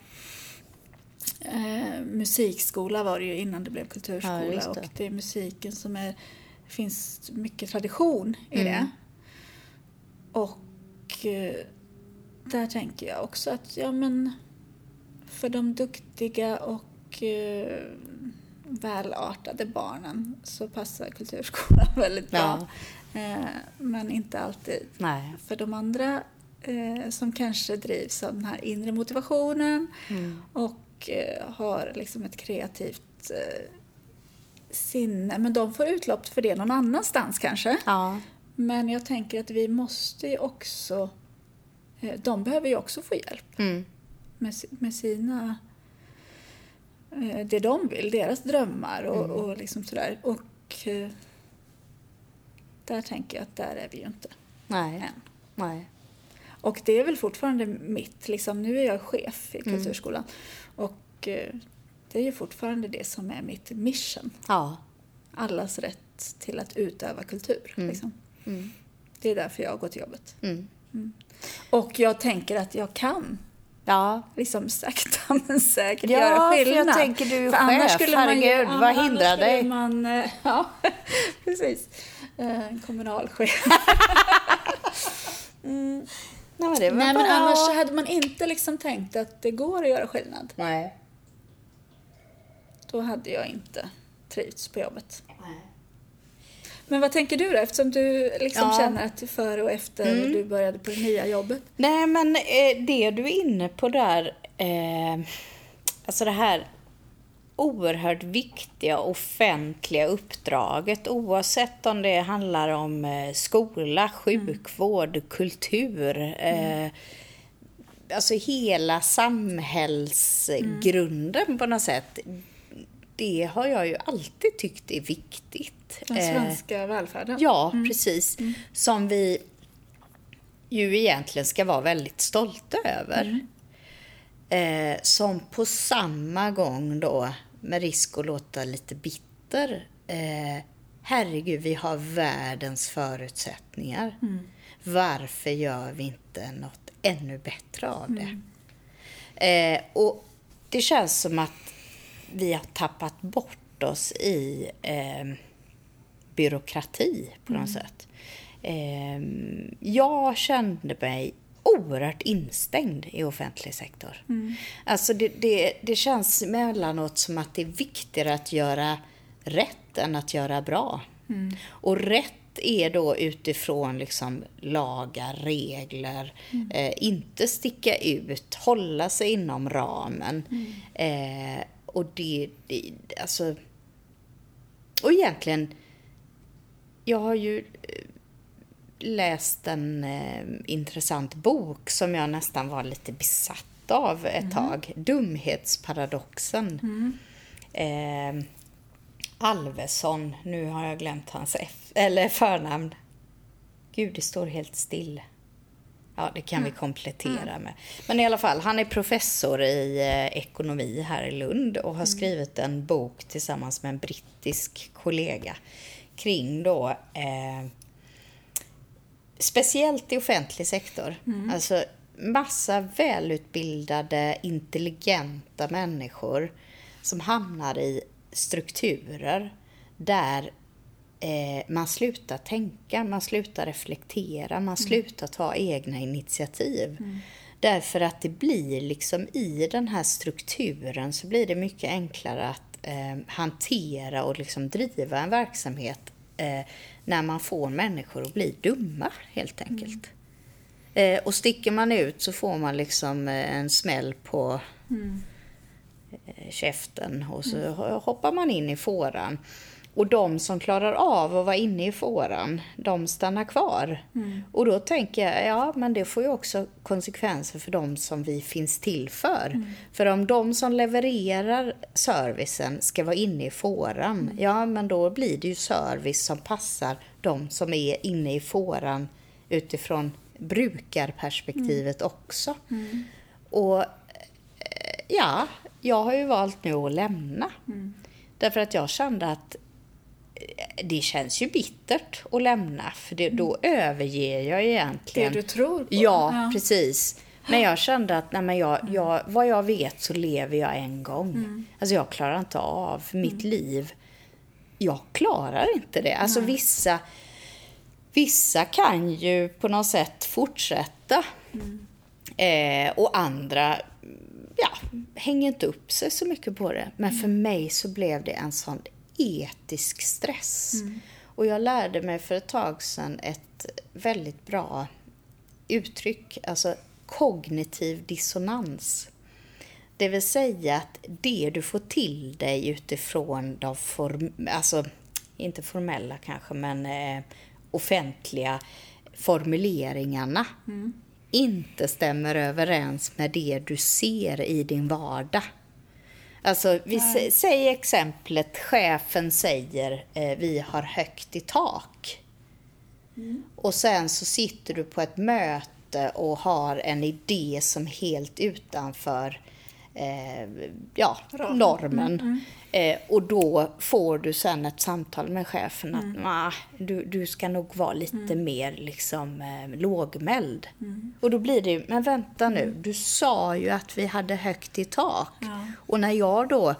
eh, musikskola var det ju innan det blev kulturskola. Ja, det. Och det är musiken som är, det finns mycket tradition i mm. det. Och eh, där tänker jag också att ja, men för de duktiga och eh, välartade barnen så passar kulturskolan väldigt bra. Ja. Eh, men inte alltid. Nej. För de andra eh, som kanske drivs av den här inre motivationen mm. och eh, har liksom ett kreativt eh, sinne. Men de får utlopp för det någon annanstans kanske. Ja. Men jag tänker att vi måste ju också, eh, de behöver ju också få hjälp mm. med, med sina det de vill, deras drömmar och, mm. och liksom sådär. Och eh, där tänker jag att där är vi ju inte. Nej. Än. Nej. Och det är väl fortfarande mitt, liksom, nu är jag chef i kulturskolan. Mm. Och eh, det är ju fortfarande det som är mitt mission. Ja. Allas rätt till att utöva kultur. Mm. Liksom. Mm. Det är därför jag går till jobbet. Mm. Mm. Och jag tänker att jag kan Ja, liksom sakta men säkert ja, göra skillnad. Ja, för jag tänker du är chef, skulle herregud, man, vad hindrar dig? Man, ja, precis. En kommunalchef. mm. Nej, men, det var Nej, men annars hade man inte liksom tänkt att det går att göra skillnad. Nej. Då hade jag inte trivts på jobbet. Nej. Men vad tänker du då? Eftersom du liksom ja. känner att före och efter mm. du började på det nya jobbet. Nej, men eh, det du är inne på där, eh, alltså det här oerhört viktiga offentliga uppdraget, oavsett om det handlar om eh, skola, sjukvård, mm. kultur, eh, mm. alltså hela samhällsgrunden mm. på något sätt. Det har jag ju alltid tyckt är viktigt. Den svenska eh, välfärden. Ja, mm. precis. Mm. Som vi ju egentligen ska vara väldigt stolta över. Mm. Eh, som på samma gång då, med risk att låta lite bitter. Eh, herregud, vi har världens förutsättningar. Mm. Varför gör vi inte något ännu bättre av det? Mm. Eh, och det känns som att vi har tappat bort oss i eh, byråkrati på något mm. sätt. Eh, jag kände mig oerhört instängd i offentlig sektor. Mm. Alltså det, det, det känns emellanåt som att det är viktigare att göra rätt än att göra bra. Mm. Och rätt är då utifrån liksom lagar, regler, mm. eh, inte sticka ut, hålla sig inom ramen. Mm. Eh, och det, det, alltså, och egentligen, jag har ju läst en eh, intressant bok som jag nästan var lite besatt av ett mm. tag. Dumhetsparadoxen. Mm. Eh, Alvesson, nu har jag glömt hans F, eller förnamn. Gud, det står helt still. Ja, det kan mm. vi komplettera mm. med. Men i alla fall, han är professor i eh, ekonomi här i Lund och har mm. skrivit en bok tillsammans med en brittisk kollega kring då eh, speciellt i offentlig sektor. Mm. Alltså massa välutbildade, intelligenta människor som hamnar i strukturer där eh, man slutar tänka, man slutar reflektera, man mm. slutar ta egna initiativ. Mm. Därför att det blir liksom i den här strukturen så blir det mycket enklare att eh, hantera och liksom driva en verksamhet eh, när man får människor att bli dumma helt enkelt. Mm. Eh, och sticker man ut så får man liksom eh, en smäll på mm. eh, käften och så mm. hoppar man in i fåran. Och de som klarar av att vara inne i fåran, de stannar kvar. Mm. Och då tänker jag, ja men det får ju också konsekvenser för de som vi finns till för. Mm. För om de som levererar servicen ska vara inne i fåran, mm. ja men då blir det ju service som passar de som är inne i fåran utifrån brukarperspektivet mm. också. Mm. Och ja, jag har ju valt nu att lämna. Mm. Därför att jag kände att det känns ju bittert att lämna. För det, då mm. överger jag egentligen. Det du tror på. Ja, ja. Precis. Men jag kände att nej, men jag, mm. jag, vad jag vet så lever jag en gång. Mm. Alltså jag klarar inte av för mitt mm. liv. Jag klarar inte det. Alltså mm. vissa, vissa kan ju på något sätt fortsätta. Mm. Eh, och andra ja, hänger inte upp sig så mycket på det. Men för mig så blev det en sån etisk stress. Mm. Och jag lärde mig för ett tag sedan ett väldigt bra uttryck. Alltså kognitiv dissonans. Det vill säga att det du får till dig utifrån de form, alltså inte formella kanske, men eh, offentliga formuleringarna mm. inte stämmer överens med det du ser i din vardag. Alltså, vi s- säger exemplet, chefen säger eh, vi har högt i tak. Mm. Och sen så sitter du på ett möte och har en idé som helt utanför eh, ja, normen. Mm, mm. Eh, och då får du sen ett samtal med chefen att mm. nah, du, du ska nog vara lite mm. mer liksom, eh, lågmäld. Mm. Och då blir det, men vänta nu, mm. du sa ju att vi hade högt i tak. Ja. Och när jag då eh,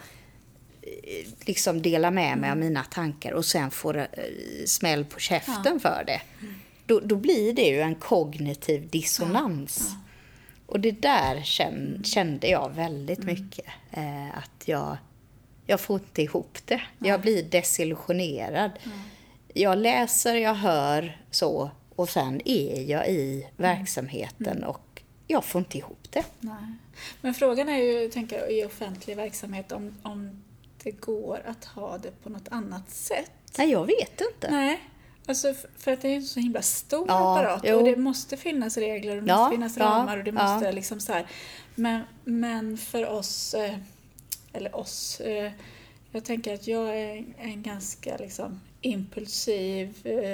liksom delar med mig mm. av mina tankar och sen får eh, smäll på käften ja. för det, mm. då, då blir det ju en kognitiv dissonans. Ja. Ja. Och det där kände, kände jag väldigt mm. mycket. Eh, att jag Jag får inte ihop det. Nej. Jag blir desillusionerad. Nej. Jag läser, jag hör så. Och sen är jag i verksamheten mm. och jag får inte ihop det. Nej. Men frågan är ju, tänker jag, i offentlig verksamhet om, om det går att ha det på något annat sätt. Nej, jag vet inte. Nej, alltså för att det är en så himla stor ja, apparat. Jo. Och det måste finnas regler och det ja, måste finnas ja, ramar och det måste ja. liksom så här. Men, men för oss... eller oss. Jag tänker att jag är en ganska liksom impulsiv,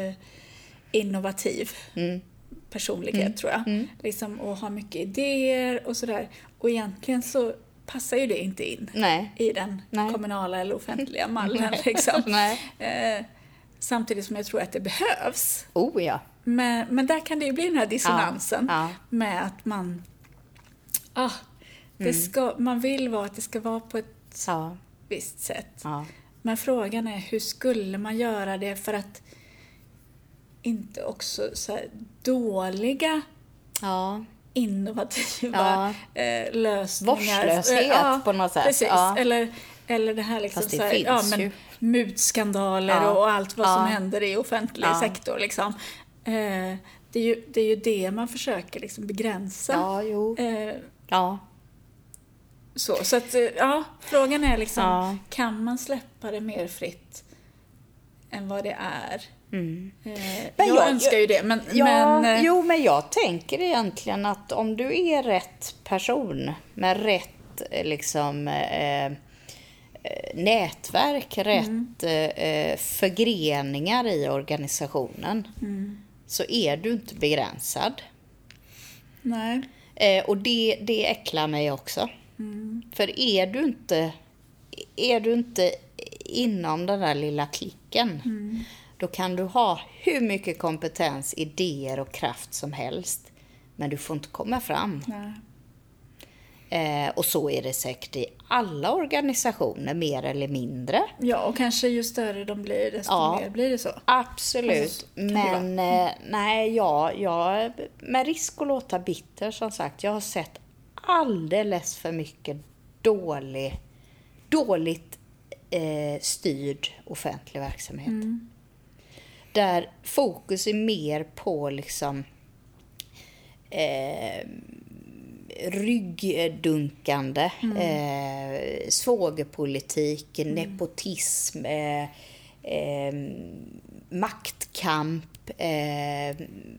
innovativ mm. personlighet mm. tror jag. Mm. Liksom, och har mycket idéer och sådär. Och egentligen så passar ju det inte in Nej. i den Nej. kommunala eller offentliga mallen. liksom. eh, samtidigt som jag tror att det behövs. Oh ja. Men, men där kan det ju bli den här dissonansen ja. Ja. med att man... Ah, det ska, man vill vara att det ska vara på ett ja. visst sätt. Ja. Men frågan är hur skulle man göra det för att inte också så här dåliga ja. innovativa ja. Eh, lösningar. Vårdslöshet ja, på något sätt. Precis. Ja. Eller, eller det här liksom det så här, ja, men mutskandaler ja. och allt vad ja. som händer i offentlig ja. sektor. Liksom. Eh, det, är ju, det är ju det man försöker liksom begränsa. Ja, jo. Eh, ja. Så, så att, ja, frågan är liksom, ja. kan man släppa det mer fritt än vad det är? Mm. Eh, jag, jag önskar ju det, men... Ja, men jo, men jag tänker egentligen att om du är rätt person med rätt liksom, eh, nätverk, rätt mm. eh, förgreningar i organisationen mm. så är du inte begränsad. Nej. Eh, och det, det äcklar mig också. Mm. För är du inte är du inte inom den där lilla klicken mm. då kan du ha hur mycket kompetens, idéer och kraft som helst men du får inte komma fram. Nej. Eh, och så är det säkert i alla organisationer, mer eller mindre. Ja, och kanske ju större de blir, desto Ja, mer blir det så. Absolut. Alltså, Men eh, nej, ja, jag, med risk att låta bitter, som sagt, jag har sett alldeles för mycket dålig, dåligt eh, styrd offentlig verksamhet. Mm. Där fokus är mer på liksom eh, ryggdunkande, mm. eh, svågerpolitik, mm. nepotism, eh, eh, maktkamp, eh,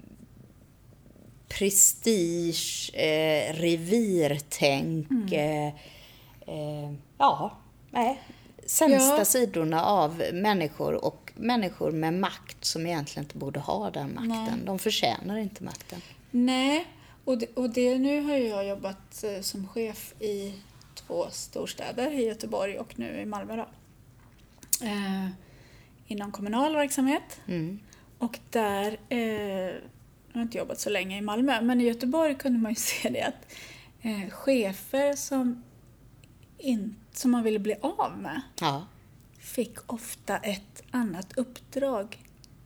prestige, eh, revirtänk, mm. eh, eh, ja, nej, sämsta ja. sidorna av människor och människor med makt som egentligen inte borde ha den makten. Nej. De förtjänar inte makten. Nej, och det, och det nu har jag jobbat eh, som chef i två storstäder, i Göteborg och nu i Malmö då. Eh, inom kommunal verksamhet. Mm. Och där, eh, jag har inte jobbat så länge i Malmö, men i Göteborg kunde man ju se det att eh, chefer som, in, som man ville bli av med Ja. fick ofta ett annat uppdrag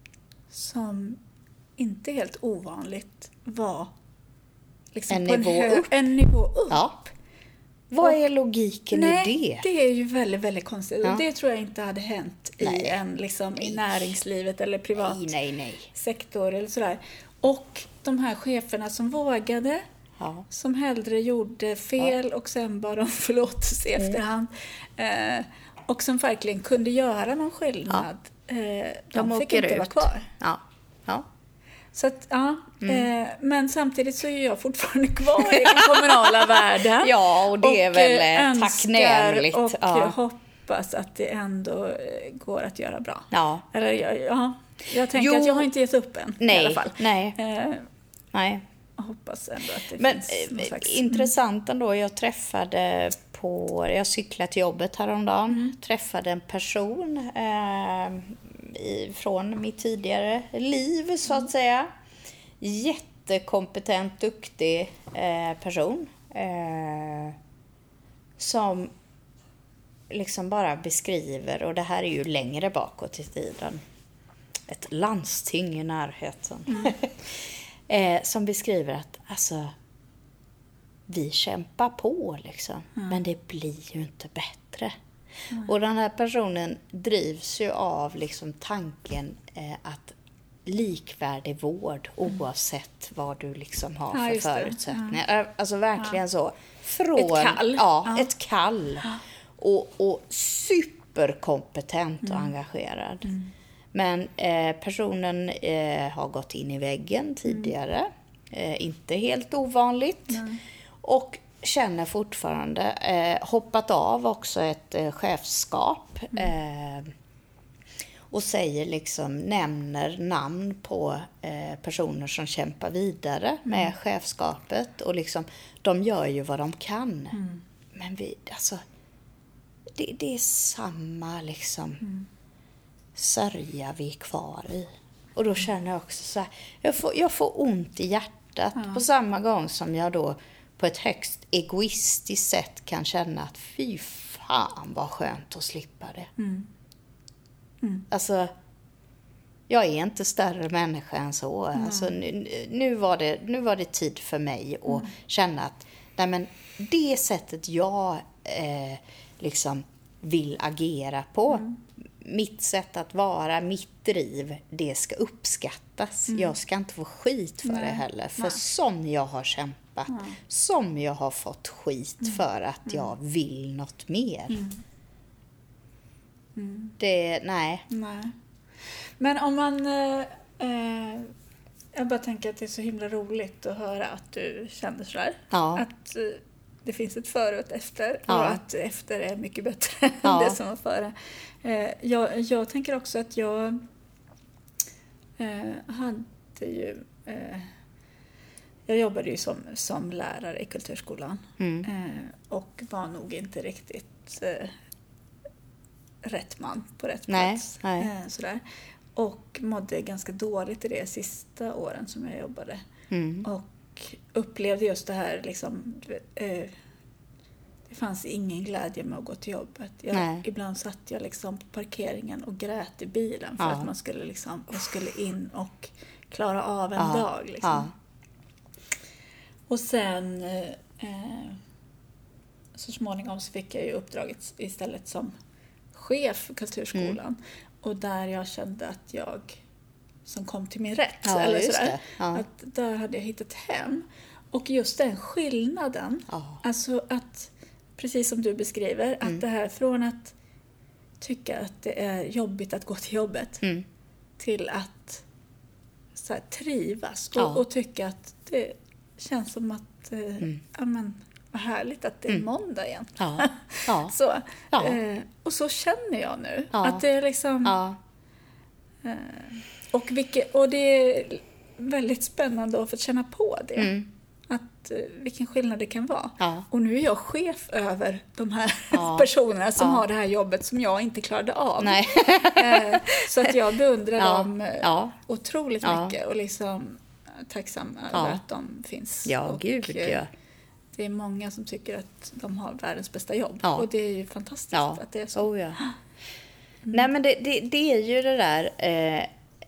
som inte helt ovanligt var liksom en, på nivå en, hö- upp. en nivå upp. Ja. Vad Och, är logiken nej, i det? det är ju väldigt, väldigt konstigt. Ja. Och det tror jag inte hade hänt Nej. i, en, liksom, i näringslivet eller privat Nej, nej, nej. sektor eller sådär. Och de här cheferna som vågade, Ja. som hellre gjorde fel ja. och sen bad om förlåtelse i Mm. efterhand. Eh, och som verkligen kunde göra någon skillnad. Ja. Eh, de, de fick inte ut. vara kvar. Ja. Ja. Så att, ja, Mm. eh, men samtidigt så är jag fortfarande kvar i den kommunala världen. Ja, och det är väl eh, tacknämligt. Och ja. hoppas att det ändå eh, går att göra bra. Ja. Eller, ja, ja, jag tänker Jo. att jag har inte gett upp än Nej. i alla fall. Nej. Eh, Nej. jag hoppas ändå att det Men finns någon slags... intressant ändå, jag träffade på, jag cyklade till jobbet häromdagen, mm. träffade en person eh, i, från mitt tidigare liv så att säga. Jättekompetent, duktig eh, person eh, som liksom bara beskriver, och det här är ju längre bakåt i tiden, ett landsting i närheten. Mm. Eh, som beskriver att alltså, vi kämpar på liksom, mm. men det blir ju inte bättre. Mm. Och den här personen drivs ju av liksom tanken eh, att likvärdig vård mm. oavsett vad du liksom har ja, för förutsättningar. Ja. Alltså verkligen ja. så. Från, ett kall. Ja, ja. ett kall. Ja. Och, och superkompetent mm. och engagerad. Mm. Men eh, personen eh, har gått in i väggen tidigare. Mm. Eh, inte helt ovanligt. Mm. Och känner fortfarande, eh, hoppat av också ett eh, chefskap. Mm. Eh, och säger liksom, nämner namn på eh, personer som kämpar vidare med mm. chefskapet. Och liksom, de gör ju vad de kan. Mm. Men vi, alltså, det, det är samma liksom... Mm. sörja vi är kvar i. Och då känner jag också så här, jag får, jag får ont i hjärtat ja. på samma gång som jag då på ett högst egoistiskt sätt kan känna att fy fan vad skönt att slippa det. Mm. Mm. Alltså, jag är inte större människa än så. Mm. Alltså, nu, nu, var det, nu var det tid för mig att mm. känna att nej, men det sättet jag eh, liksom vill agera på, mm. mitt sätt att vara, mitt driv, det ska uppskattas. Mm. Jag ska inte få skit för Nej. det heller. För Nej. som jag har kämpat, Nej. som jag har fått skit mm. för att mm. jag vill något mer. Mm. Mm. Det, nej. nej. Men om man... Eh, eh, jag bara tänker att det är så himla roligt att höra att du känner så här. Ja. Att... Eh, det finns ett före och ett efter. Ja. Och att efter är mycket bättre ja. än det som var före. Eh, jag, jag tänker också att jag eh, hade ju... Eh, jag jobbade ju som, som lärare i kulturskolan. Mm. Eh, och var nog inte riktigt eh, rätt man på rätt nej, plats. Nej. Eh, sådär. Och mådde ganska dåligt i det sista åren som jag jobbade. Mm. Och upplevde just det här liksom, eh, det fanns ingen glädje med att gå till jobbet. Jag, ibland satt jag liksom på parkeringen och grät i bilen för ja. att man skulle, liksom, man skulle in och klara av en ja. dag. Liksom. Ja. Och sen eh, så småningom så fick jag ju uppdraget istället som chef för kulturskolan. Mm. Och där jag kände att jag som kom till min rätt. Ja, eller just sådär, det. Ja. Att där hade jag hittat hem. Och just den skillnaden. Ja. Alltså att, precis som du beskriver, mm. att det här från att tycka att det är jobbigt att gå till jobbet. Mm. Till att så här, trivas. Och, ja. och tycka att det känns som att, eh, mm. ja men, vad härligt att det är mm. måndag igen. Ja. Ja. så, ja. Eh, och så känner jag nu. Ja. Att det är liksom... Ja. Eh, och, vilket, och det är väldigt spännande att få känna på det. Mm. Att, eh, vilken skillnad det kan vara. Ja. Och nu är jag chef över de här ja. personerna som ja. har det här jobbet som jag inte klarade av. Nej. eh, så att jag beundrar ja. dem eh, ja. otroligt ja. mycket. Och liksom tacksam ja. över att de finns. Ja, och, gud ja. Det är många som tycker att de har världens bästa jobb. Ja. Och det är ju fantastiskt ja. att det är så. Oh, ja. mm. Nej, men det, det, det är ju det där... Eh,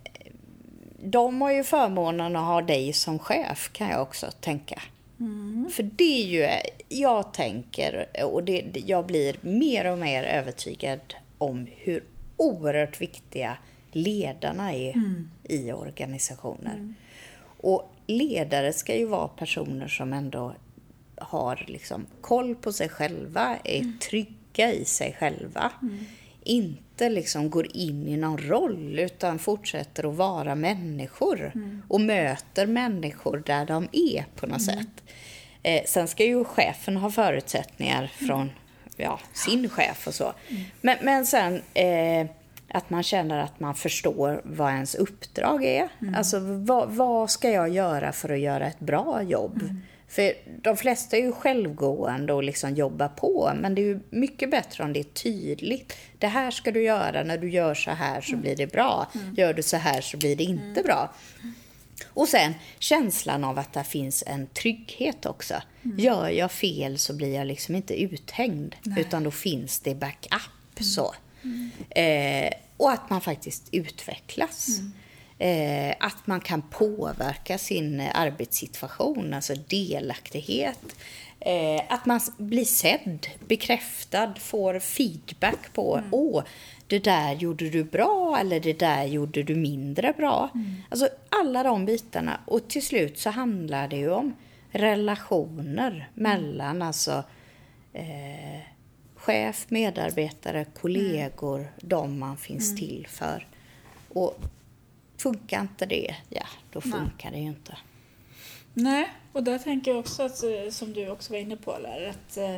de har ju förmånen att ha dig som chef, kan jag också tänka. Mm. För det är ju... Jag tänker, och det, jag blir mer och mer övertygad om hur oerhört viktiga ledarna är mm. i organisationer. Mm. Och ledare ska ju vara personer som ändå har liksom koll på sig själva, är mm. trygga i sig själva. Mm. Inte liksom går in i någon roll utan fortsätter att vara människor. Mm. Och möter människor där de är på något mm. sätt. Eh, sen ska ju chefen ha förutsättningar från ja, sin chef och så. Mm. Men, men sen... Eh, att man känner att man förstår vad ens uppdrag är. Mm. Alltså vad, vad ska jag göra för att göra ett bra jobb? Mm. För de flesta är ju självgående och liksom jobbar på. Men det är ju mycket bättre om det är tydligt. Det här ska du göra, när du gör så här så blir det bra. Mm. Gör du så här så blir det inte mm. bra. Och sen känslan av att det finns en trygghet också. Mm. Gör jag fel så blir jag liksom inte uthängd. Nej. Utan då finns det backup mm. så. Mm. Eh, och att man faktiskt utvecklas. Mm. Eh, att man kan påverka sin arbetssituation, alltså delaktighet. Eh, att man blir sedd, bekräftad, får feedback på mm. åh, det där gjorde du bra eller det där gjorde du mindre bra. Mm. Alltså alla de bitarna. Och till slut så handlar det ju om relationer mm. mellan alltså eh, chef, medarbetare, kollegor, mm. de man finns mm. till för. Och funkar inte det, ja, då funkar Nej. det ju inte. Nej, och där tänker jag också att, som du också var inne på, Lär, att eh,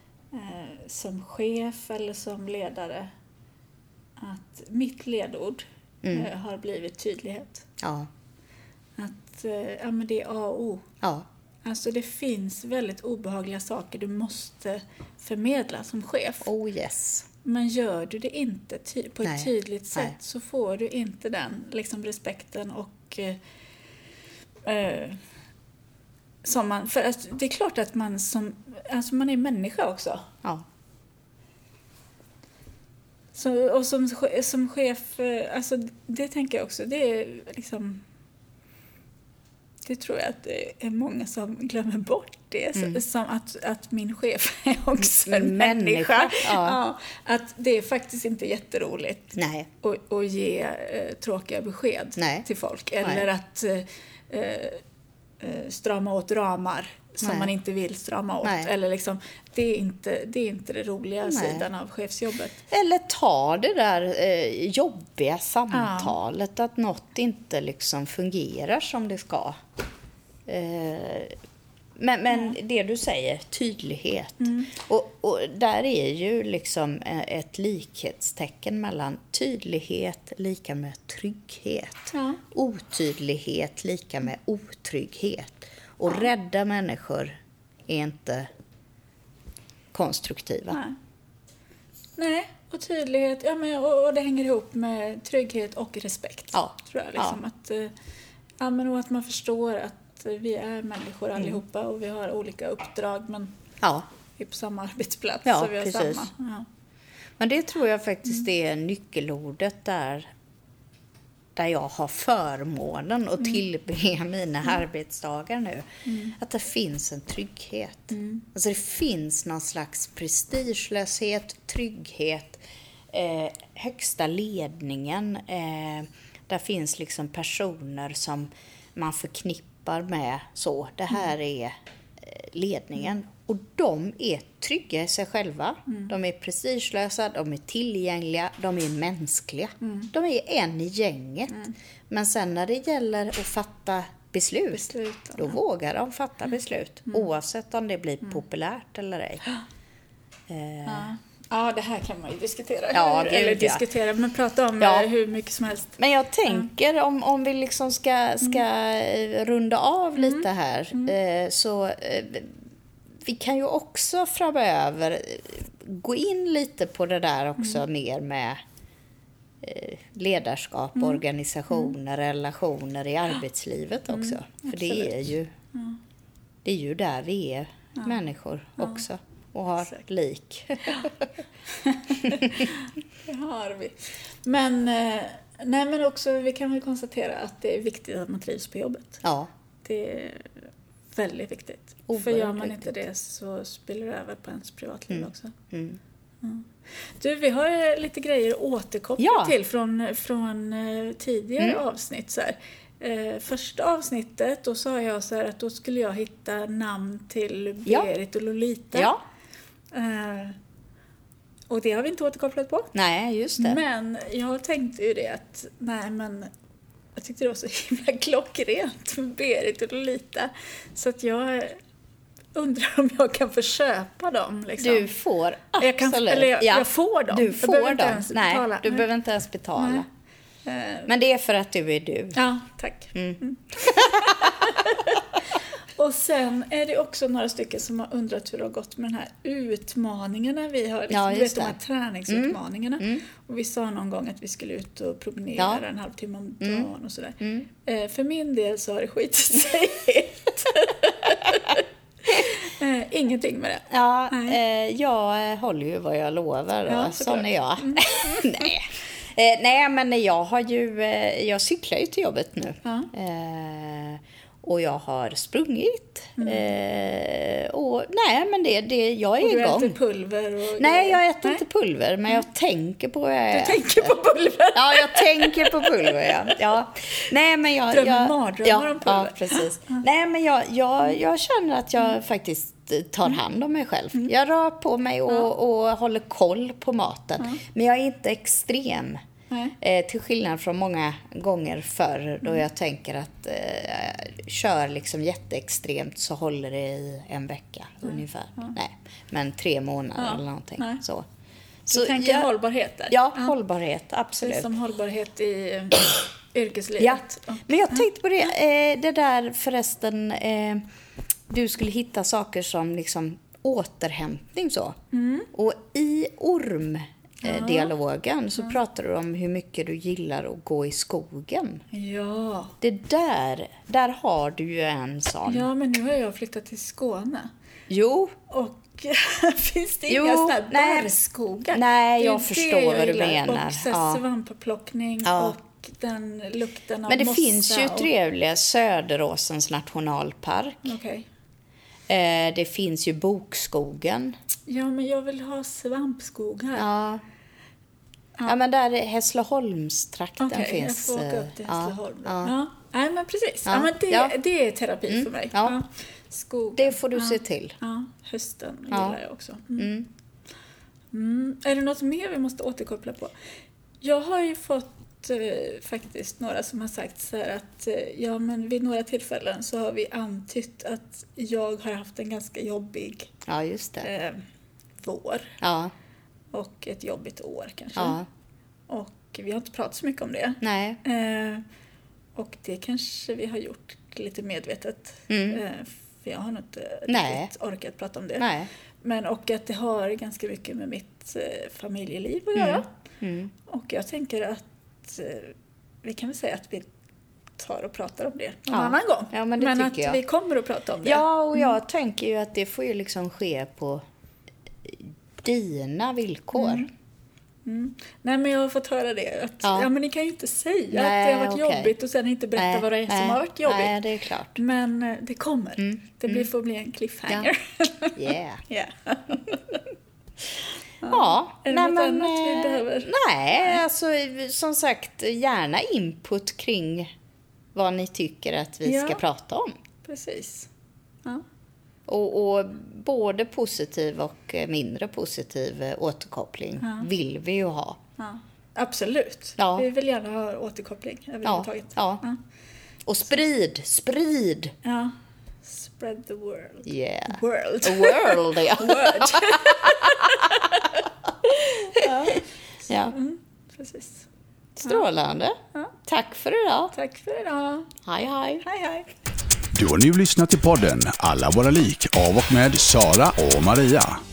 som chef eller som ledare, att mitt ledord mm. eh, har blivit tydlighet. Ja. Att eh, ja, men det är A och O. Ja. Alltså det finns väldigt obehagliga saker du måste förmedla som chef. Oh yes. Men gör du det inte ty- på ett Nej. tydligt sätt Nej. så får du inte den liksom, respekten och eh, eh, som man, för alltså, det är klart att man som, alltså man är människa också. Ja. Så, och som, som chef, alltså det tänker jag också, det är liksom, det tror jag att det är många som glömmer bort det. Mm. Som att, att min chef är också en människa. människa. Ja. Ja, att det är faktiskt inte jätteroligt Nej. Att, att ge eh, tråkiga besked Nej. till folk. Eller Nej. att eh, eh, strama åt ramar som Nej. man inte vill strama åt. Nej. Eller liksom, det är inte det, är inte det roliga Nej. sidan av chefsjobbet. Eller ta det där eh, jobbiga samtalet. Ja. Att något inte liksom fungerar som det ska. Eh, men men ja. det du säger, tydlighet. Mm. Och, och där är ju liksom ett likhetstecken mellan tydlighet lika med trygghet. Ja. Otydlighet lika med otrygghet. Och ja. rädda människor är inte konstruktiva. Nej, Nej och tydlighet, ja, men, och, och det hänger ihop med trygghet och respekt. Ja. Tror jag, liksom, ja. Att, ja, men, och att man förstår att vi är människor allihopa mm. och vi har olika uppdrag. Men ja. är på samma arbetsplats. Ja, så vi har precis. samma. Ja. Men det tror jag faktiskt är nyckelordet där, där jag har förmånen att tillbringa mina mm. arbetsdagar nu. Mm. Att det finns en trygghet. Mm. Alltså det finns någon slags prestigelöshet, trygghet, eh, högsta ledningen. Eh, där finns liksom personer som man förknippar med så. Det här är eh, ledningen. Mm. Och de är trygga i sig själva. Mm. De är prestigelösa, de är tillgängliga, de är mänskliga. Mm. De är en i gänget. Mm. Men sen när det gäller att fatta beslut, beslut då ja. vågar de fatta mm. beslut. Mm. Oavsett om det blir mm. populärt eller ej. Eh. Ja. ja, det här kan man ju diskutera. Ja, hur, eller diskutera, men prata om ja. hur mycket som helst. Men jag tänker ja. om, om vi liksom ska, ska mm. runda av mm. lite här. Mm. Eh, så... Eh, vi kan ju också framöver gå in lite på det där också mm. mer med eh, ledarskap, mm. organisationer, mm. relationer i arbetslivet också. Mm. För Absolut. det är ju mm. det är ju där vi är ja. människor ja. också och har Exakt. lik. Det har vi. Men, eh, nej, men också vi kan väl konstatera att det är viktigt att man trivs på jobbet. Ja. Det är väldigt viktigt. Oerhört För gör man inte det så spiller det över på ens privatliv mm. också. Mm. Mm. Du, vi har lite grejer att återkoppla ja. till från, från tidigare mm. avsnitt. Så här. Eh, första avsnittet, då sa jag så här att då skulle jag hitta namn till Berit ja. och Lolita. Ja. Eh, och det har vi inte återkopplat på. Nej, just det. Men jag tänkte ju det att, nej men... Jag tyckte det var så himla klockrent med Berit och Lolita. Så att jag undrar om jag kan få köpa dem. Liksom. Du får absolut. Jag, kan, eller jag, ja. jag får dem. Du får dem. Nej, du Nej. behöver inte ens betala. Nej. Men det är för att du är du. Ja, tack. Mm. Mm. Och sen är det också några stycken som har undrat hur det har gått med de här utmaningarna vi har. Liksom, ja, du vet de här träningsutmaningarna. Mm. Mm. Och vi sa någon gång att vi skulle ut och promenera ja. en halvtimme om dagen mm. och sådär. Mm. Eh, för min del så har det skitit sig helt. eh, ingenting med det. Ja, eh, jag håller ju vad jag lovar. Ja, sån är jag. Mm. Nej. Eh, nej, men jag har ju, eh, jag cyklar ju till jobbet nu. Ja. Eh, Och jag har sprungit. Mm. Eh, och nej, men det, det jag är och du igång. äter pulver? Och nej, jag äter nej. inte pulver, men jag tänker på vad jag Du äter. tänker på pulver? Ja, jag tänker på pulver, ja. ja. Nej, men jag... Drömmer jag, mardrömmar ja, om pulver. Ja, precis. Nej, men jag, jag, jag känner att jag mm. faktiskt tar hand om mig själv. Mm. Jag rör på mig och, ja. och håller koll på maten. Mm. Men jag är inte extrem. Eh, till skillnad från många gånger förr då mm. jag tänker att eh, kör liksom jätteextremt så håller det i en vecka mm. ungefär. Mm. Nej, men tre månader ja. eller någonting. Nej. Så. Så du tänker jag, hållbarhet där? Ja, ja, hållbarhet, absolut. Det är som hållbarhet i yrkeslivet. Ja, men jag tänkte på det, eh, det där förresten, eh, du skulle hitta saker som liksom återhämtning så. Mm. Och i orm Ja. dialogen så ja. pratar du om hur mycket du gillar att gå i skogen. Ja. Det där, där har du ju en sån. Ja, men nu har jag flyttat till Skåne. Jo. Och finns det jo, inga sådana här nej. barrskogar? Nej, jag förstår jag vad du menar. Och så ja. svampplockning ja. och den lukten av Men det mossa finns ju och... trevliga Söderåsens nationalpark. Okej. Okay. Eh, det finns ju bokskogen. Ja, men jag vill ha svampskogar. Ja. Ja, ja men där är Hässleholmstrakten okay, finns. Okej, jag får åka upp till Hässleholm. Ja. Ja. Nej, men precis. Ja. Ja, men det, ja. det är terapi mm. för mig. Ja. Ja. Skogen. Det får du ja. se till. Ja, hösten ja. gillar jag också. Mm. Mm. Mm. Är det något mer vi måste återkoppla på? Jag har ju fått eh, faktiskt några som har sagt så här att eh, ja, men vid några tillfällen så har vi antytt att jag har haft en ganska jobbig ja, just det. Eh, vår. Ja. Och ett jobbigt år kanske. Ja. Och vi har inte pratat så mycket om det. Nej. Eh, och det kanske vi har gjort lite medvetet. Mm. Eh, för jag har nog inte riktigt orkat prata om det. Nej. Men och att det har ganska mycket med mitt eh, familjeliv att göra. Mm. Mm. Och jag tänker att eh, vi kan väl säga att vi tar och pratar om det någon ja. annan gång. Ja, men det men tycker att jag. vi kommer att prata om det. Ja, och jag mm. tänker ju att det får ju liksom ske på dina villkor. Mm. Mm. Nej, men jag har fått höra det. Att, ja. Ja, men ni kan ju inte säga nej, att det har varit okay. jobbigt och sen inte berätta nej, vad det är nej, som har varit jobbigt. Nej, det är klart. Men det kommer. Mm. Det blir, mm. får bli en cliffhanger. Ja. Yeah. yeah. Ja, är det nej, något men, annat vi behöver? Nej, alltså som sagt, gärna input kring vad ni tycker att vi ja. ska prata om. Precis. Ja. Och, och både positiv och mindre positiv återkoppling ja. vill vi ju ha. Ja. Absolut. Ja. Vi vill gärna ha återkoppling överhuvudtaget. Ja. Ja. Ja. Och sprid, sprid. Ja. Spread the world. Yeah. World. A world, ja. Word. ja. ja. Mm, precis. Strålande. Ja. Tack för idag. Tack för idag. Hej, hej. Hej, hej. Du har nu lyssnat till podden Alla våra lik av och med Sara och Maria.